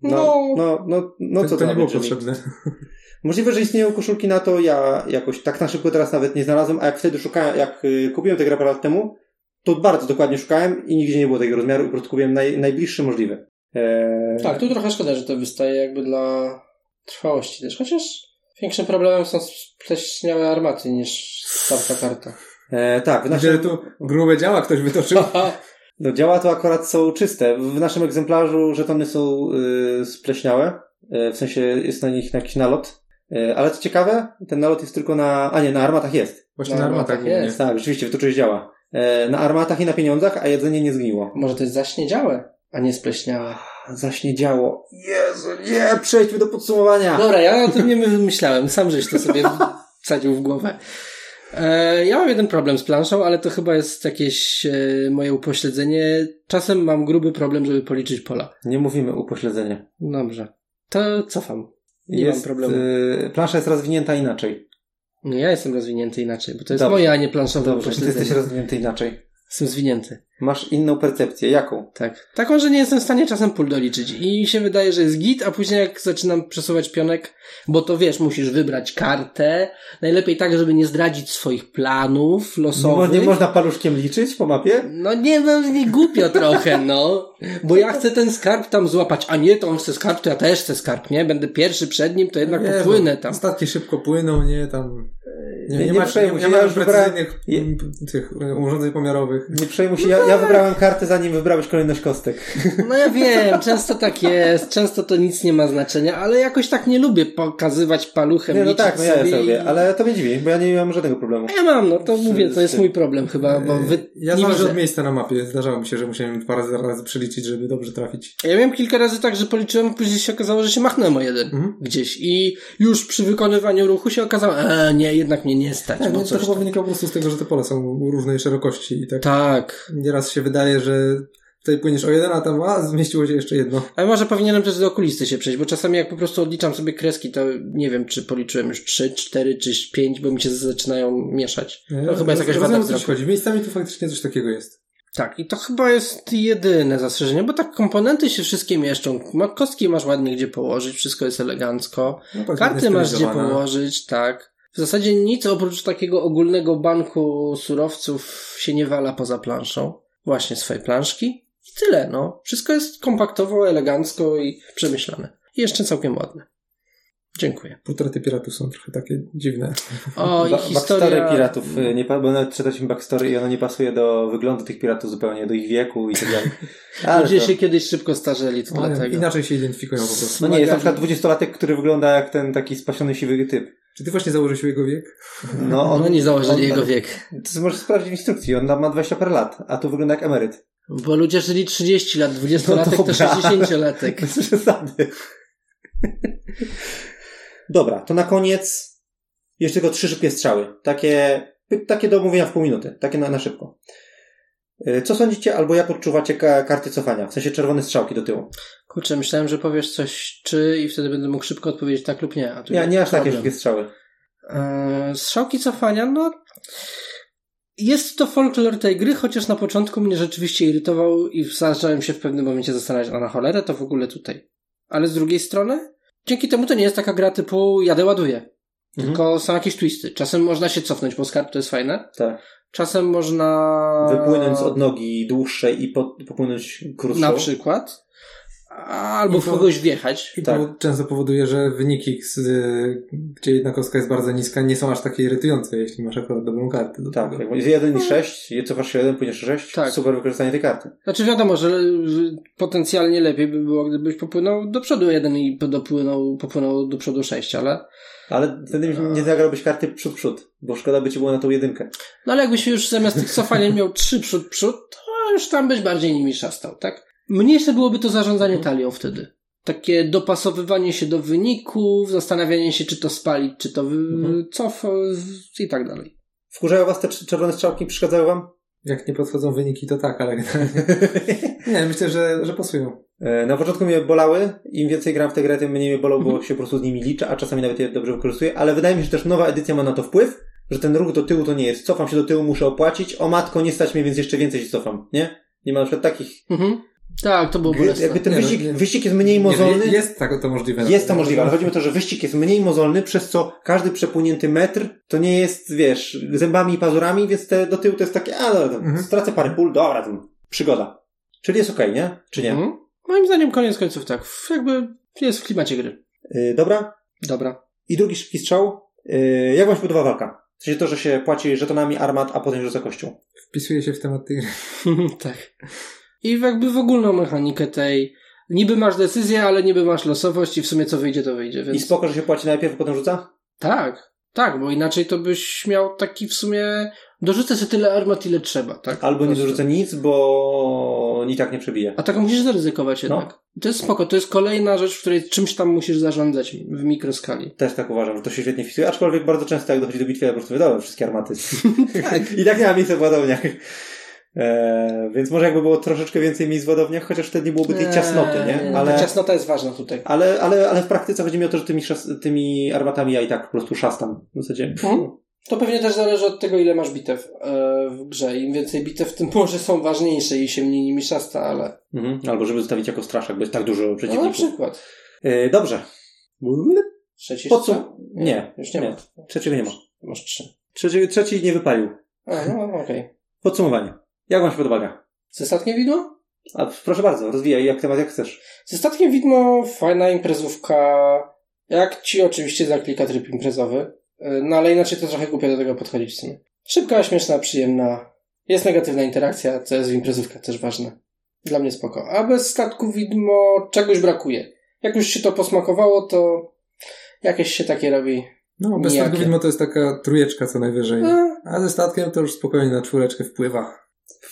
D: co
C: to nie było potrzebne.
D: Możliwe, że istnieją koszulki na to, ja jakoś tak na szybko teraz nawet nie znalazłem, a jak wtedy szukałem, jak kupiłem te grę parę lat temu, to bardzo dokładnie szukałem i nigdzie nie było tego rozmiaru i po prostu kupiłem najbliższy możliwy.
A: Tak, tu trochę szkoda, że to wystaje jakby dla trwałości też, chociaż większym problemem są spleśniałe armaty niż starka karta.
D: Tak,
C: Gdzie tu grube działa ktoś wytoczył.
D: No działa to akurat są czyste. W naszym egzemplarzu żetony są spleśniałe. W sensie jest na nich jakiś nalot. Ale co ciekawe, ten nalot jest tylko na armatach jest.
C: Właśnie na armatach jest.
D: Tak, rzeczywiście, wytoczyłeś działa. Na armatach i na pieniądzach, a jedzenie nie zgniło.
A: Może to jest zaśniedziałe, a nie spleśniałe.
D: Zaśniedziało. Jezu, nie, przejdźmy do podsumowania.
A: Dobra, ja o tym nie myślałem. Sam żeś to sobie wsadził w głowę. Ja mam jeden problem z planszą, ale to chyba jest jakieś moje upośledzenie. Czasem mam gruby problem, żeby policzyć pola.
D: Nie mówimy upośledzenie.
A: Dobrze. To cofam. Nie mam problemu.
D: Plansza jest rozwinięta inaczej.
A: Nie, ja jestem rozwinięty inaczej, bo to jest moje, a nie planszowe upośledzenie.
D: Ty jesteś rozwinięty inaczej.
A: Jestem zwinięty.
D: Masz inną percepcję. Jaką?
A: Tak. Taką, że nie jestem w stanie czasem pól doliczyć. I mi się wydaje, że jest git, a później jak zaczynam przesuwać pionek, bo to wiesz, musisz wybrać kartę. Najlepiej tak, żeby nie zdradzić swoich planów losowych.
D: Nie można paluszkiem liczyć po mapie?
A: No nie głupio trochę, no. Bo ja chcę ten skarb tam złapać, a nie, to on chce skarb, to ja też chcę skarb, nie? Będę pierwszy przed nim, to jednak popłynę tam.
C: Statki szybko płyną, nie? Tam... Nie
D: ma
C: już precyzyjnych tych urządzeń pomiarowych.
D: Nie przejmuj się, ja wybrałem kartę, zanim wybrałeś kolejność kostek.
A: No ja wiem, często tak jest, często to nic nie ma znaczenia, ale jakoś tak nie lubię pokazywać paluchem.
D: Nie, no tak, no ja sobie, ale to mnie dziwi, bo ja nie mam żadnego problemu.
A: A ja mam, no to mówię, to jest mój problem chyba, bo
C: ja zależy od miejsca na mapie, zdarzało mi się, że musiałem parę razy przeliczyć, żeby dobrze trafić.
A: Ja miałem kilka razy tak, że policzyłem, a później się okazało, że się machnąłem o jeden gdzieś i już przy wykonywaniu ruchu się okazało, nie, jednak mnie nie stać.
C: Tak, to chyba wynika po prostu z tego, że te pola są różnej szerokości i tak.
A: Tak.
C: Nieraz się wydaje, że tutaj płyniesz o jeden, a tam zmieściło się jeszcze jedno. Ale
A: może powinienem też do okulisty się przejść, bo czasami jak po prostu odliczam sobie kreski, to nie wiem, czy policzyłem już 3, 4 czy 5, bo mi się zaczynają mieszać. To chyba jest jakaś wada wzroku.
C: Chodzi. Miejscami tu faktycznie coś takiego jest.
A: Tak, i to chyba jest jedyne zastrzeżenie, bo tak komponenty się wszystkie mieszczą. Kostki masz ładnie gdzie położyć, wszystko jest elegancko. No, karty masz gdzie położyć, tak. W zasadzie nic oprócz takiego ogólnego banku surowców się nie wala poza planszą. Właśnie swoje planszki. I tyle, no. Wszystko jest kompaktowo, elegancko i przemyślane. I jeszcze całkiem ładne. Dziękuję.
C: Portrety piratów są trochę takie dziwne.
A: O, i historia...
D: Backstory piratów, bo nawet czytaliśmy backstory i ono nie pasuje do wyglądu tych piratów zupełnie, do ich wieku i tak dalej.
A: Ludzie się kiedyś szybko starzeli, to dlatego.
C: Inaczej się identyfikują po prostu.
D: No nie, jest na przykład 20-latek, który wygląda jak ten taki spasiony siwy typ.
C: Czy ty właśnie założyłeś jego wiek?
A: No, oni założyli jego wiek.
D: To możesz sprawdzić w instrukcji, on ma 20 parę lat, a tu wygląda jak emeryt.
A: Bo ludzie żyli 30 lat, 20-latek to 60-latek.
D: Bez przesady. Dobra, to na koniec jeszcze tylko 3 szybkie strzały. Takie do omówienia w pół minuty. Takie na szybko. Co sądzicie, albo jak odczuwacie karty cofania? W sensie czerwone strzałki do tyłu.
A: Kurczę, myślałem, że powiesz coś i wtedy będę mógł szybko odpowiedzieć tak lub nie. A tu
D: Nie aż takie szybkie strzały.
A: Strzałki cofania, no... Jest to folklor tej gry, chociaż na początku mnie rzeczywiście irytował i zacząłem się w pewnym momencie zastanawiać, a na cholerę to w ogóle tutaj. Ale z drugiej strony, dzięki temu to nie jest taka gra typu jadę, ładuję. Tylko są jakieś twisty. Czasem można się cofnąć, bo skarb to jest fajne.
D: Tak.
A: Czasem można...
D: wypłynąć z odnogi dłuższej i popłynąć krótszą.
A: Na przykład. Albo w kogoś wjechać.
C: I to często powoduje, że wyniki, gdzie jedna kostka jest bardzo niska, nie są aż takie irytujące, jeśli masz akurat dobrą kartę.
D: Tak, jak jest 1 i 6, cofasz się 1, płyniesz 6,
A: tak.
D: Super wykorzystanie tej karty.
A: Znaczy wiadomo, że potencjalnie lepiej by było, gdybyś popłynął do przodu 1 i popłynął do przodu 6, ale
D: wtedy nie zagrałbyś karty przód, bo szkoda by ci było na tą 1.
A: No ale jakbyś już zamiast tych cofaniem miał 3 przód, to już tam byś bardziej nimi szastał, tak? Mniejsze byłoby to zarządzanie talią wtedy. Takie dopasowywanie się do wyników, zastanawianie się, czy to spalić, czy to i tak dalej.
D: Wkurzają was te czerwone strzałki? Przeszkadzają wam?
C: Jak nie podchodzą wyniki, to tak, ale nie, myślę, że pasują.
D: Na początku mnie bolały. Im więcej gram w tę grę, tym mniej mnie bolą, bo się po prostu z nimi liczę, a czasami nawet je dobrze wykorzystuję. Ale wydaje mi się, że też nowa edycja ma na to wpływ, że ten ruch do tyłu to nie jest. Cofam się do tyłu, muszę opłacić. O matko, nie stać mnie, więc jeszcze więcej się cofam. Nie? Nie ma na przykład takich...
A: Tak, to było bolesne.
D: Jakby ten wyścig jest mniej mozolny.
C: Jest to możliwe.
D: Jest to możliwe, ale chodzi mi o to, że wyścig jest mniej mozolny, przez co każdy przepłynięty metr to nie jest, wiesz, zębami i pazurami, więc te do tyłu to jest takie, stracę parę pól, dobra, to przygoda. Czyli jest okej, nie? Czy nie?
A: Moim zdaniem koniec końców tak. Jakby jest w klimacie gry.
D: Dobra?
A: Dobra.
D: I drugi szybki strzał. Jak wam się podoba walka? W sensie to, że się płaci żetonami armat, a potem rzuca kością.
C: Wpisuje się w temat tej gry.
A: Tak. I jakby w ogólną mechanikę tej niby masz decyzję, ale niby masz losowość i w sumie co wyjdzie, to wyjdzie. Więc...
D: I spoko, że się płaci najpierw, a potem rzuca?
A: Tak, bo inaczej to byś miał taki w sumie dorzucę sobie tyle armat, ile trzeba, tak?
D: Albo nie dorzucę nic, bo i tak nie przebije.
A: A tak musisz zaryzykować jednak. No. To jest spoko, to jest kolejna rzecz, w której czymś tam musisz zarządzać w mikroskali.
D: Też tak uważam, że to się świetnie wpisuje, aczkolwiek bardzo często jak dochodzi do bitwy, ja po prostu wydalam wszystkie armaty. Tak. I tak nie ma miejsca w ładowniach. Więc może jakby było troszeczkę więcej miejsc w ładowniach, chociaż wtedy nie byłoby tej ciasnoty, nie?
A: Ale ta ciasnota jest ważna tutaj.
D: Ale w praktyce chodzi mi o to, że tymi armatami ja i tak po prostu szastam. W zasadzie.
A: To pewnie też zależy od tego, ile masz bitew w grze. Im więcej bitew, tym może są ważniejsze i się mniej nimi szasta, ale...
D: Albo żeby zostawić jako straszak, bo jest tak dużo przeciwników.
A: No na przykład.
D: Dobrze.
A: Trzeci
D: Nie,
A: już nie ma.
D: Trzeciego nie ma.
A: Masz 3.
D: Trzeci nie wypalił.
A: Okej.
D: Podsumowanie. Jak wam się podoba gra?
A: Ze statkiem widmo?
D: A proszę bardzo, rozwijaj jak chcesz.
A: Ze statkiem widmo fajna imprezówka. Jak ci oczywiście zaklika tryb imprezowy. No ale inaczej to trochę głupio do tego podchodzić w sumie. Szybka, śmieszna, przyjemna. Jest negatywna interakcja, co jest w imprezówkach też ważne. Dla mnie spoko. A bez statku widmo czegoś brakuje. Jak już się to posmakowało, to jakieś się takie robi.
C: No, bez statku widmo to jest taka 3 co najwyżej. A ze statkiem to już spokojnie na 4 wpływa.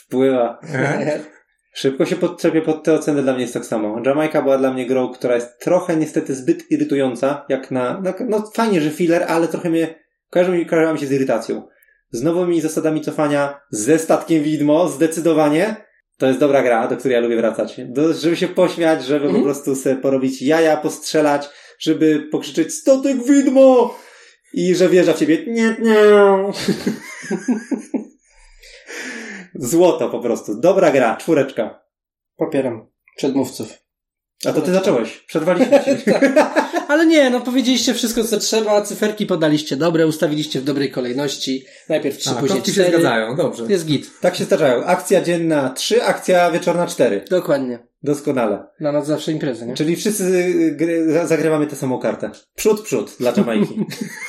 D: Szybko się podczepię pod te oceny, dla mnie jest tak samo. Jamaica była dla mnie grą, która jest trochę niestety zbyt irytująca, jak no fajnie, że filler, ale trochę kojarzyła mi się z irytacją. Z nowymi zasadami cofania, ze statkiem widmo, zdecydowanie. To jest dobra gra, do której ja lubię wracać. Żeby się pośmiać, żeby po prostu sobie porobić jaja, postrzelać, żeby pokrzyczeć statek widmo! I że wjeżdża w ciebie nie. Złoto po prostu. Dobra gra, 4.
A: Popieram. Przedmówców.
D: A to ty zacząłeś. Przerwaliśmy ci.
A: Ale nie, no powiedzieliście wszystko, co trzeba, cyferki podaliście dobre, ustawiliście w dobrej kolejności. Najpierw 3, później 4.
C: się zgadzają, dobrze.
A: Jest git.
D: Tak się zdarzają. Akcja dzienna 3, akcja wieczorna 4.
A: Dokładnie.
D: Doskonale.
A: Dla nas zawsze imprezy, nie?
D: Czyli wszyscy zagrywamy tę samą kartę. Przód dla Jamajki.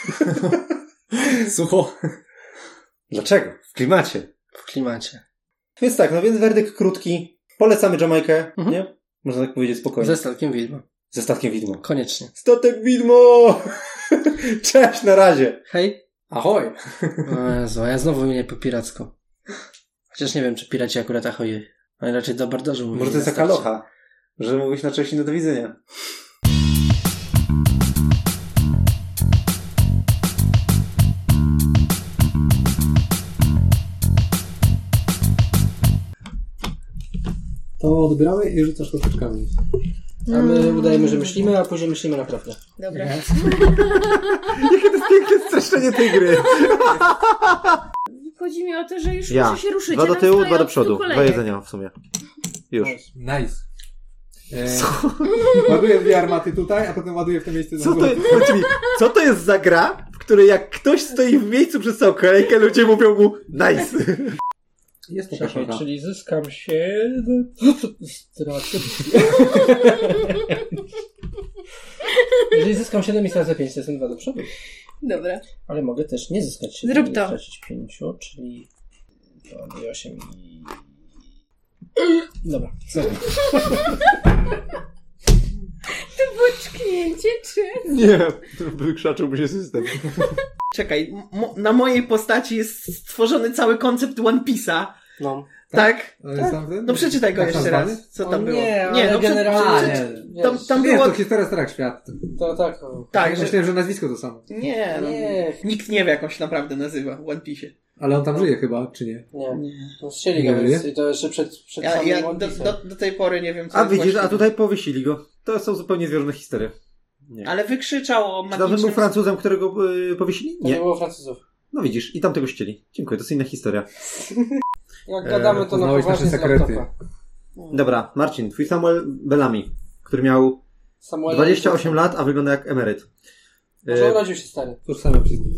C: Sucho.
D: Dlaczego? W klimacie. Więc tak, więc werdykt krótki. Polecamy Jamajkę, nie? Można tak powiedzieć spokojnie.
A: Ze statkiem widmo. Koniecznie.
D: Statek widmo! Cześć, na razie.
A: Hej.
C: Ahoj.
A: O Jezu, a ja znowu mnie po piracku. Chociaż nie wiem, czy piraci akurat ahoj. Ale raczej do abordażu mówię.
D: Może to jest taka locha, że mówisz na cześć i do widzenia.
C: To odbieramy i rzucasz kosteczkami.
A: A my udajemy, że myślimy, a później myślimy naprawdę.
B: Dobra.
C: Jakie to jest piękne streszczenie tej gry.
B: Chodzi mi o to, że już
D: Ja.
B: muszę się ruszyć.
D: 2 do
B: tam
D: tyłu,
B: stoją
D: 2 do
B: 100
D: przodu. 2
B: kolejek.
D: jedzenia w sumie. Już.
C: Nice. Ładuję dwie armaty tutaj, a potem ładuję w to miejsce.
D: Co to jest za gra, w której jak ktoś stoi w miejscu przez całą kolejkę, ludzie mówią mu nice.
C: Jest to
A: Czekaj,
C: kaszoka.
A: czyli zyskam się... Stracę... Jeżeli zyskam 7 i stracę 5, to jestem 2 do przodu.
B: Dobra.
A: Ale mogę też nie zyskać 7
B: Zrób
A: i
B: to.
A: stracić 5, czyli... 2 i 8 i... Dobra.
B: To było czknięcie, czy?
D: Nie, wykrzaczyłby się system.
E: Czekaj, na mojej postaci jest stworzony cały koncept One Piece'a.
A: No.
E: Tak?
C: No
E: przeczytaj go jeszcze raz. Co tam było?
A: Nie, ale generalnie...
E: Tam
C: Nie,
E: było...
C: to historia Starak Świat.
A: To tak... O.
E: Tak, że...
C: Myślałem, że nazwisko to samo.
E: Nie, no,
A: Nie.
E: nikt nie wie, jak on się naprawdę nazywa w One Piece'ie.
C: Ale on tam żyje chyba, czy nie?
A: Nie. No ścieli go,
C: Nie
A: więc
C: wie?
A: i to jeszcze przed
E: Ja
A: samym One Piece'em.
E: do tej pory nie wiem, co
D: A
E: jest
D: widzisz, a
E: właściwe.
D: tutaj powiesili go. To są zupełnie związane historie. Nie.
E: Ale wykrzyczał o
D: Czy tamten był
E: magicznym...
D: Francuzem, którego powiesili?
A: To nie
D: Nie.
A: było Francuzów.
D: No widzisz, i tamtego ścieli. Dziękuję, to jest inna historia.
A: Jak gadamy, to na
C: poznałeś
A: poważnie
C: nasze
A: z
C: sekrety.
A: laptopa.
D: Dobra, Marcin, twój Samuel Bellamy, który miał
A: Samuel
D: 28 lat, a wygląda jak emeryt.
A: Może urodził się stary.
C: To już samo przyznam.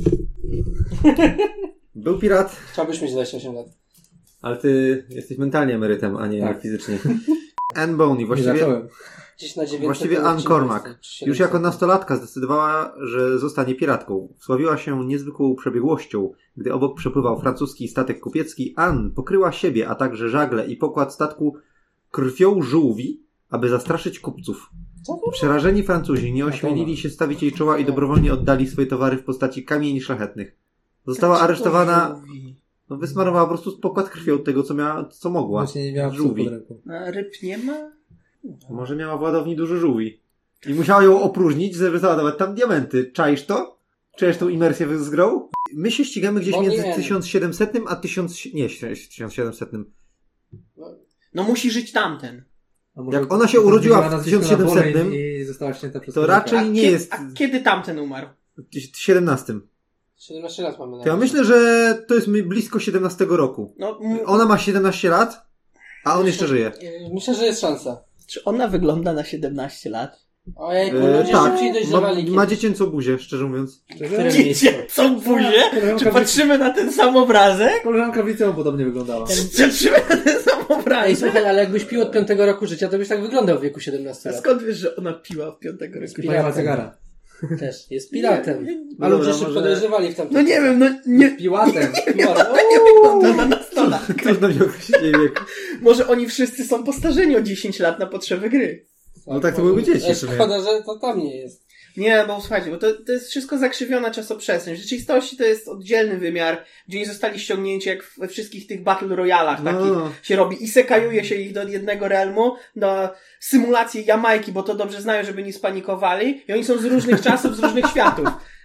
D: Był pirat,
A: Chciałbyś mieć 28 lat.
D: ale ty jesteś mentalnie emerytem, a nie
C: Tak.
D: fizycznie. Anne Boney,
C: Nie
D: właściwie
C: zacząłem.
A: Gdzieś na 900.
D: Właściwie Anne Cormack. Już jako nastolatka zdecydowała, że zostanie piratką. Wsławiła się niezwykłą przebiegłością. Gdy obok przepływał francuski statek kupiecki, Anne pokryła siebie, a także żagle i pokład statku krwią żółwi, aby zastraszyć kupców. Przerażeni Francuzi nie ośmielili się stawić jej czoła i dobrowolnie oddali swoje towary w postaci kamieni szlachetnych. Została aresztowana, no wysmarowała po prostu pokład krwią tego, co mogła.
C: Właśnie nie miała psów
D: Żółwi.
C: pod ręką.
E: A ryb nie ma?
D: Może miała w ładowni dużo żółwi. I musiała ją opróżnić, żeby załadować tam diamenty. Czaisz to? Czujesz tą imersję z grą? My się ścigamy gdzieś
A: Bonnie
D: między
A: M.
D: 1700 a 1700.
E: No musi żyć tamten.
C: A może
D: Jak ona się urodziła
C: zmieniła
D: w
C: nazwisko na
D: 1700,
C: Boleyn i została ścięta przez
D: to
C: człowieka.
D: raczej nie jest
E: A kiedy tamten umarł?
D: w 17.
A: 17 lat mamy na
D: To ja myślę, że to jest blisko 17 roku.
E: No,
D: Ona ma 17 lat, a on jeszcze żyje.
A: Myślę, że jest szansa.
E: czy ona wygląda na 17 lat?
A: Ojejku, ludzie
D: Tak,
A: szybciej dojrzewali
D: ma dziecięcą buzię, szczerze mówiąc.
A: W którym miejscu?
E: Co buzie? Czy
C: Koleżanka,
E: patrzymy na ten sam obrazek?
C: koleżanka w liceum podobnie wyglądała.
E: Czy patrzymy na ten sam
A: Ej,
E: obrazek?
A: słuchaj, ale jakbyś pił od 5 roku życia, to byś tak wyglądał w wieku 17
E: A
A: lat.
E: skąd wiesz, że ona piła w 5 roku?
C: I paliła cygara.
A: Też, jest piratem.
D: No
A: A ludzie
D: dobra,
A: szybko
D: może-
A: dojrzewali w tamtym.
E: No nie wiem, no nie
C: Piłatem.
E: wygląda na nastolatka.
D: Trudno mi określić jej wiek.
E: Może oni wszyscy są postarzeni o 10 lat na potrzeby gry.
D: No tak to byłyby dzieci w sumie.
A: Szkoda, że to tam nie jest.
E: Nie, bo słuchajcie, bo to jest wszystko zakrzywiona czasoprzestrzeń. W rzeczywistości to jest oddzielny wymiar, gdzie oni zostali ściągnięci jak we wszystkich tych Battle Royalach takich się robi. I sekajuje się ich do jednego realmu, do symulacji Jamajki, bo to dobrze znają, żeby nie spanikowali. I oni są z różnych czasów, z różnych światów.